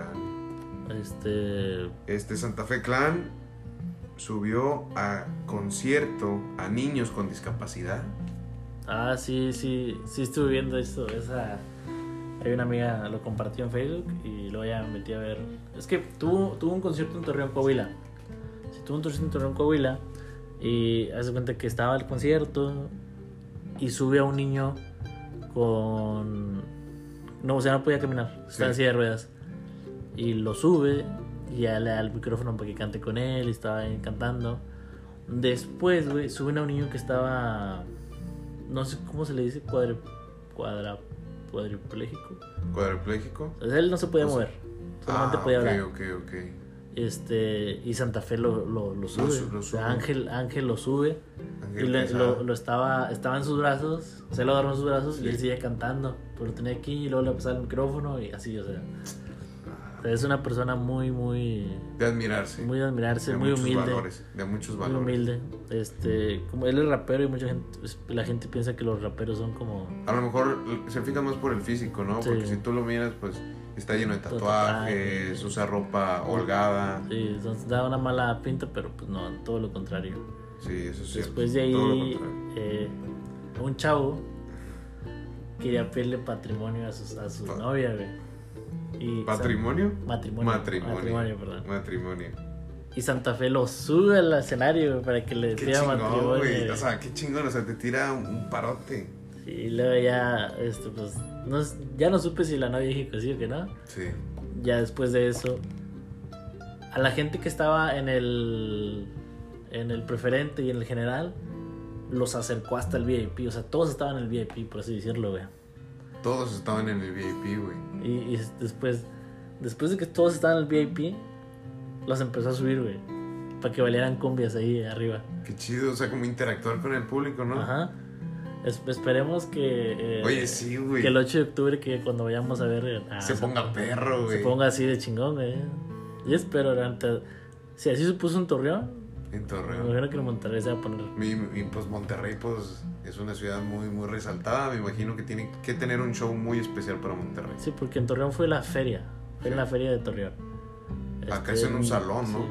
cráneo. Santa Fe Clan subió a concierto a niños con discapacidad. Ah, sí, estuve viendo esto. Hay una amiga, lo compartió en Facebook y luego ya me metí a ver. Es que tuvo un concierto en Torreón, Coahuila. Sí, tuvo un concierto en Torreón, Coahuila. Y hace cuenta que estaba el concierto y sube a un niño con... No, o sea, no podía caminar, estaba en silla de ruedas. Y lo sube y ya le da el micrófono para que cante con él y estaba ahí cantando. Después, güey, suben a un niño que estaba... No sé cómo se le dice, cuadripléjico. ¿Cuadripléjico? O sea, él no se podía mover, solamente podía hablar. Ok. Y Santa Fe lo sube. O sea, Ángel lo sube. Ángel y lo estaba en sus brazos. Se lo agarró en sus brazos, sí, y él seguía cantando. Pero lo tenía aquí y luego le pasaba el micrófono y así, o sea. Es una persona muy de admirarse. Muy de admirarse, muy humilde. De muchos valores. Muy humilde. Como él es rapero y mucha gente, la gente piensa que los raperos son como... A lo mejor se fija más por el físico, ¿no? Sí. Porque si tú lo miras, pues está lleno de tatuajes, usa ropa holgada. Sí, entonces da una mala pinta, pero pues no, todo lo contrario. Sí, eso es cierto. Después de ahí, un chavo quería pedirle patrimonio a su novia, güey. ¿Patrimonio? Matrimonio, perdón. Matrimonio. Y Santa Fe lo sube al escenario, güey, para que le pida matrimonio. Güey. O sea, qué chingón, o sea, te tira un parote. Y luego ya, pues, ya no supe si la novia dijo que sí o que no. Sí. Ya después de eso, a la gente que estaba en el preferente y en el general, los acercó hasta el VIP. O sea, todos estaban en el VIP, por así decirlo, güey. Todos estaban en el VIP, güey. Y después de que todos estaban en el VIP, los empezó a subir, güey, para que valieran cumbias ahí arriba. Qué chido, o sea, como interactuar con el público, ¿no? Ajá. Esperemos que... Oye, sí, güey. Que el 8 de octubre, que cuando vayamos a ver... se ponga perro, güey. Se ponga así de chingón, güey. Y espero, si así se puso en Torreón. En Torreón. Me imagino que en Monterrey se va a poner... Pues Monterrey, pues, es una ciudad muy, muy resaltada. Me imagino que tiene que tener un show muy especial para Monterrey. Sí, porque en Torreón fue la feria. Fue en la feria de Torreón. Acá es en un salón, ¿no?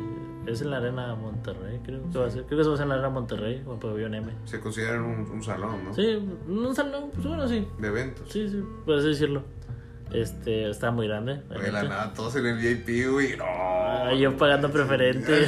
Es en la Arena Monterrey, creo que va a ser. Creo que se va a hacer en la Arena Monterrey, o en Pabellón M. Se considera un salón, ¿no? Sí, un salón, pues bueno, sí. De eventos. Sí, puedes decirlo. Está muy grande. Oye, la nada, todos en el VIP, güey. No. Yo pagando preferente.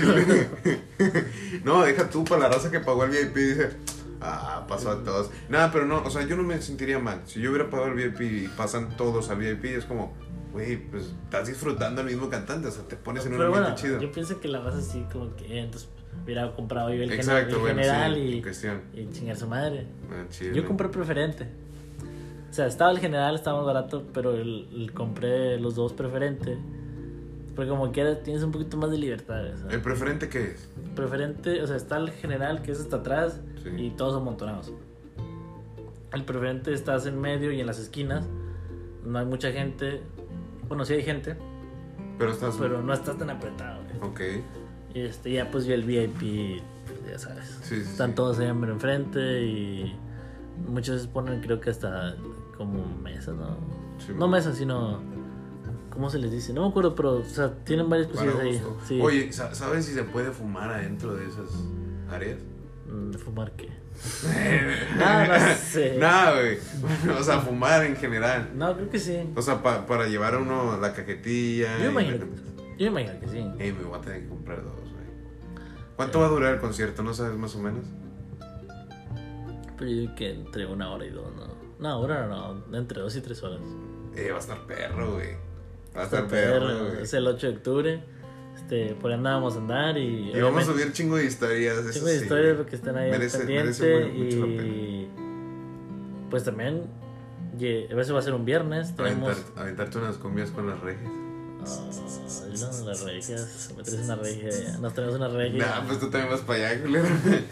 No, deja tú para la raza que pagó el VIP. Dice, pasó a todos. Nada, pero no, o sea, yo no me sentiría mal. Si yo hubiera pagado el VIP y pasan todos al VIP, es como, güey, pues estás disfrutando al mismo cantante. O sea, te pones en un ambiente chido. Yo pienso que la raza así, como que entonces hubiera comprado yo el Exacto, general sí, y chingar su madre. Chido. Yo compré preferente. O sea, estaba el general, estaba más barato, pero compré los dos preferente. Porque como quieras tienes un poquito más de libertad, ¿sabes? ¿El preferente qué es? Preferente, o sea, está el general que es hasta atrás, sí, y todos amontonados. El preferente estás en medio y en las esquinas. No hay mucha gente. Bueno, sí hay gente. Pero no estás tan apretado, güey. Ok. Y ya pues yo el VIP, pues, ya sabes. Sí, están todos ahí enfrente y muchas veces ponen, creo que hasta como mesas, ¿no? Sí, no mesas, sino, ¿cómo se les dice? No me acuerdo, pero, o sea, tienen varias cosillas ahí. Sí. Oye, ¿sabes si se puede fumar adentro de esas áreas? ¿Fumar qué? No sé. Nada, güey. O sea, fumar en general. No, creo que sí. O sea, para llevar a uno la cajetilla. Yo imagino que sí. Me voy a tener que comprar dos, güey. ¿Cuánto va a durar el concierto? ¿No sabes más o menos? Pero yo digo que entre 1 hora y 2, ¿no? No, 1 hora no, entre 2 y 3 horas. Va a estar perro, güey. Va a estar perro, güey. Es el 8 de octubre. Por ahí andábamos a andar y vamos a subir chingo de historias. Chingo de historias porque están ahí pendientes. Mucho la pena. Pues también, a veces va a ser un viernes. Aventarte unas cumbias con las regias. Las regias. Me traes una regia. Nos traemos una regia. Nah, pues tú también vas para allá, culero.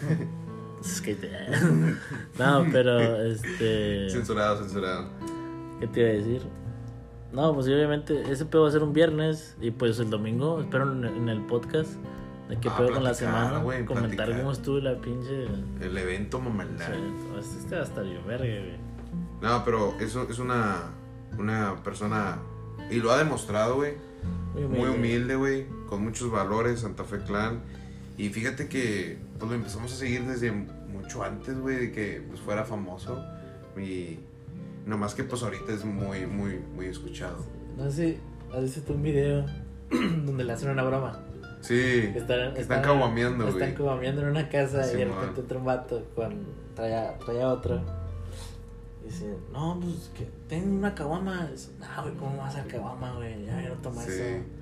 No, pero Censurado. ¿Qué te iba a decir? No, pues obviamente ese pedo va a ser un viernes. Y pues el domingo espero en el podcast de qué pedo con la semana, wey, comentar cómo estuvo la pinche el evento mamalán. Sí, va a estar bien verga, güey. No, pero eso es una persona, y lo ha demostrado, güey, muy humilde, güey, con muchos valores, Santa Fe Clan. Y fíjate que pues lo empezamos a seguir desde mucho antes, güey, de que pues fuera famoso. Y nomás que pues ahorita es muy, muy, muy escuchado. No sé, has visto un video donde le hacen una broma. Sí, están caguameando, güey. Están caguameando en una casa, sí, y de repente entra un vato traía otro. Y dice, no, pues que tengo una caguama. Dice, no, güey, ¿cómo vas a caguama, güey? Ya no tomo eso.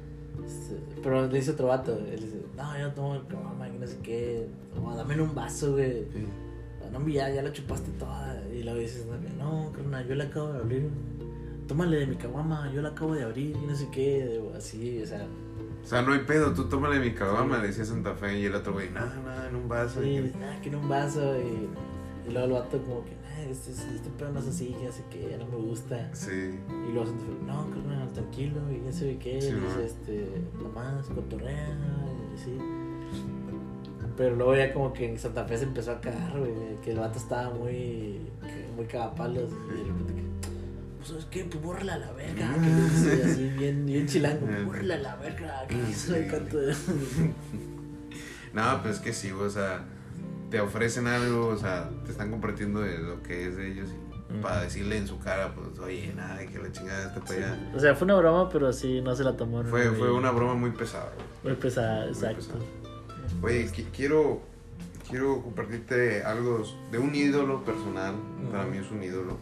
Pero le dice otro vato, él dice, no, yo no tomo caguama, que no sé qué. Dame en un vaso, güey. Sí. No, ya la chupaste toda. Y luego dices, no, carnal, yo la acabo de abrir. Tómale de mi caguama, yo la acabo de abrir y no sé qué. Así, o sea. O sea, no hay pedo, tú tómale mi caguama, le decía Santa Fe. Y el otro güey, nada, en un vaso. Sí, que en un vaso. Y luego el vato como que, este pedo no es así, ya sé que ya no me gusta. Sí. Y luego Santa Fe, no, carnal, tranquilo, y ya sé qué. Sí, y dice, nomás, cotorrea, y así. Pero luego ya como que en Santa Fe se empezó a cagar, güey, que el vato estaba muy cagapalos. Y de repente que, pues, ¿sabes qué? Pues bórrala a la verga. Que le dice así bien chilango, bórrala a la verga. Que hizo el canto de... No, pues es que sí, o sea, te ofrecen algo, o sea, te están compartiendo de lo que es de ellos y para decirle en su cara, pues, oye, nada, que la chingada está para allá. O sea, fue una broma, pero sí, no se la tomó. Fue una broma muy pesada. Muy pesada, exacto. Oye, quiero compartirte algo de un ídolo personal. Para mí es un ídolo.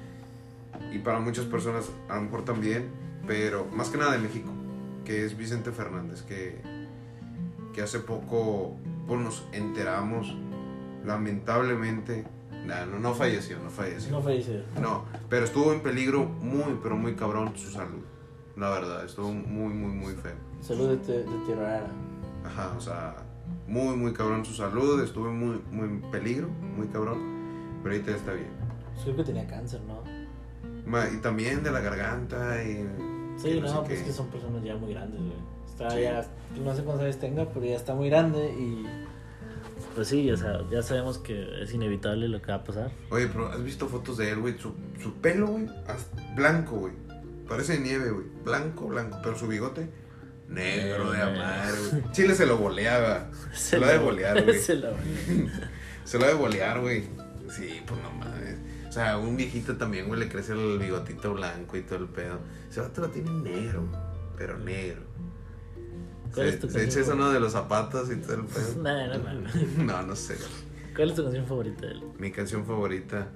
Y para muchas personas a lo mejor también. Pero más que nada de México. Que es Vicente Fernández. Que hace poco pues, nos enteramos. Lamentablemente. No falleció. No, pero estuvo en peligro muy, pero muy cabrón su salud. La verdad, estuvo muy, muy, muy feo. Salud de tirarara. Ajá, o sea... Muy, muy cabrón su salud, estuve muy, muy en peligro, muy cabrón, pero ahorita ya está bien. Creo que tenía cáncer, ¿no? Y también de la garganta y... Sí, no, pues que son personas ya muy grandes, güey. Está ya, no sé cuántos años tenga, pero ya está muy grande y... Pues sí, o sea, ya sabemos que es inevitable lo que va a pasar. Oye, pero ¿has visto fotos de él, güey? Su pelo, güey, blanco, güey. Parece nieve, güey. Blanco, pero su bigote... negro de amar, güey. Chile se lo boleaba. Se lo ha de bolear, güey. Se lo ha de bolear, güey. Sí, pues no mames. O sea, un viejito también, güey, le crece el bigotito blanco y todo el pedo. Ese vato lo tiene negro, pero negro. ¿Cuál es tu canción? Se echa uno de los zapatos y todo el pedo. No sé. ¿Cuál es tu canción favorita de él? Mi canción favorita,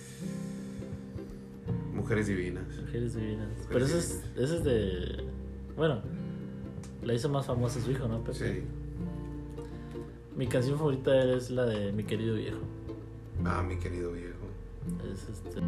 Mujeres Divinas. Mujeres Divinas. Pero ese es de... Bueno, la hizo más famosa su hijo, ¿no? Pepe? Sí. Mi canción favorita de él es la de Mi Querido Viejo. Ah, Mi Querido Viejo. Es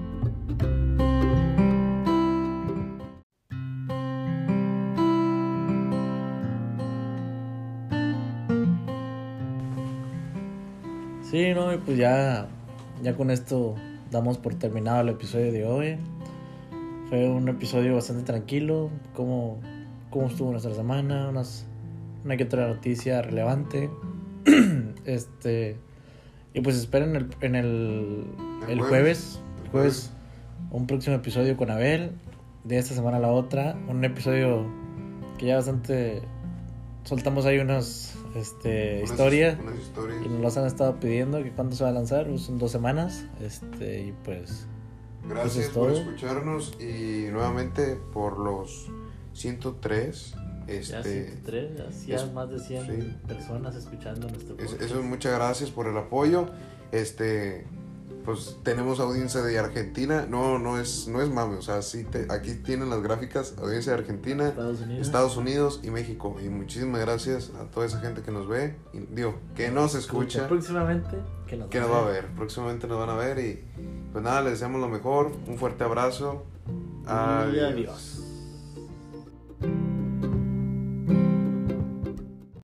Sí, no, pues ya con esto damos por terminado el episodio de hoy. Fue un episodio bastante tranquilo. Cómo estuvo nuestra semana, una que otra noticia relevante. Y pues esperen el jueves un próximo episodio con Abel. De esta semana a la otra, un episodio que ya bastante soltamos ahí unas historias y nos las han estado pidiendo, que cuándo se va a lanzar. Pues son 2 semanas. Y pues gracias por escucharnos y nuevamente por los 103. Ya 103, ya más de 100 personas escuchando nuestro podcast. Eso, muchas gracias por el apoyo. Pues tenemos audiencia de Argentina, no es mame, o sea, sí aquí tienen las gráficas, audiencia de Argentina, Estados Unidos y México, y muchísimas gracias a toda esa gente que nos ve, y digo, que nos escucha, próximamente, que nos va a ver, próximamente nos van a ver, y pues nada, les deseamos lo mejor, un fuerte abrazo, adiós.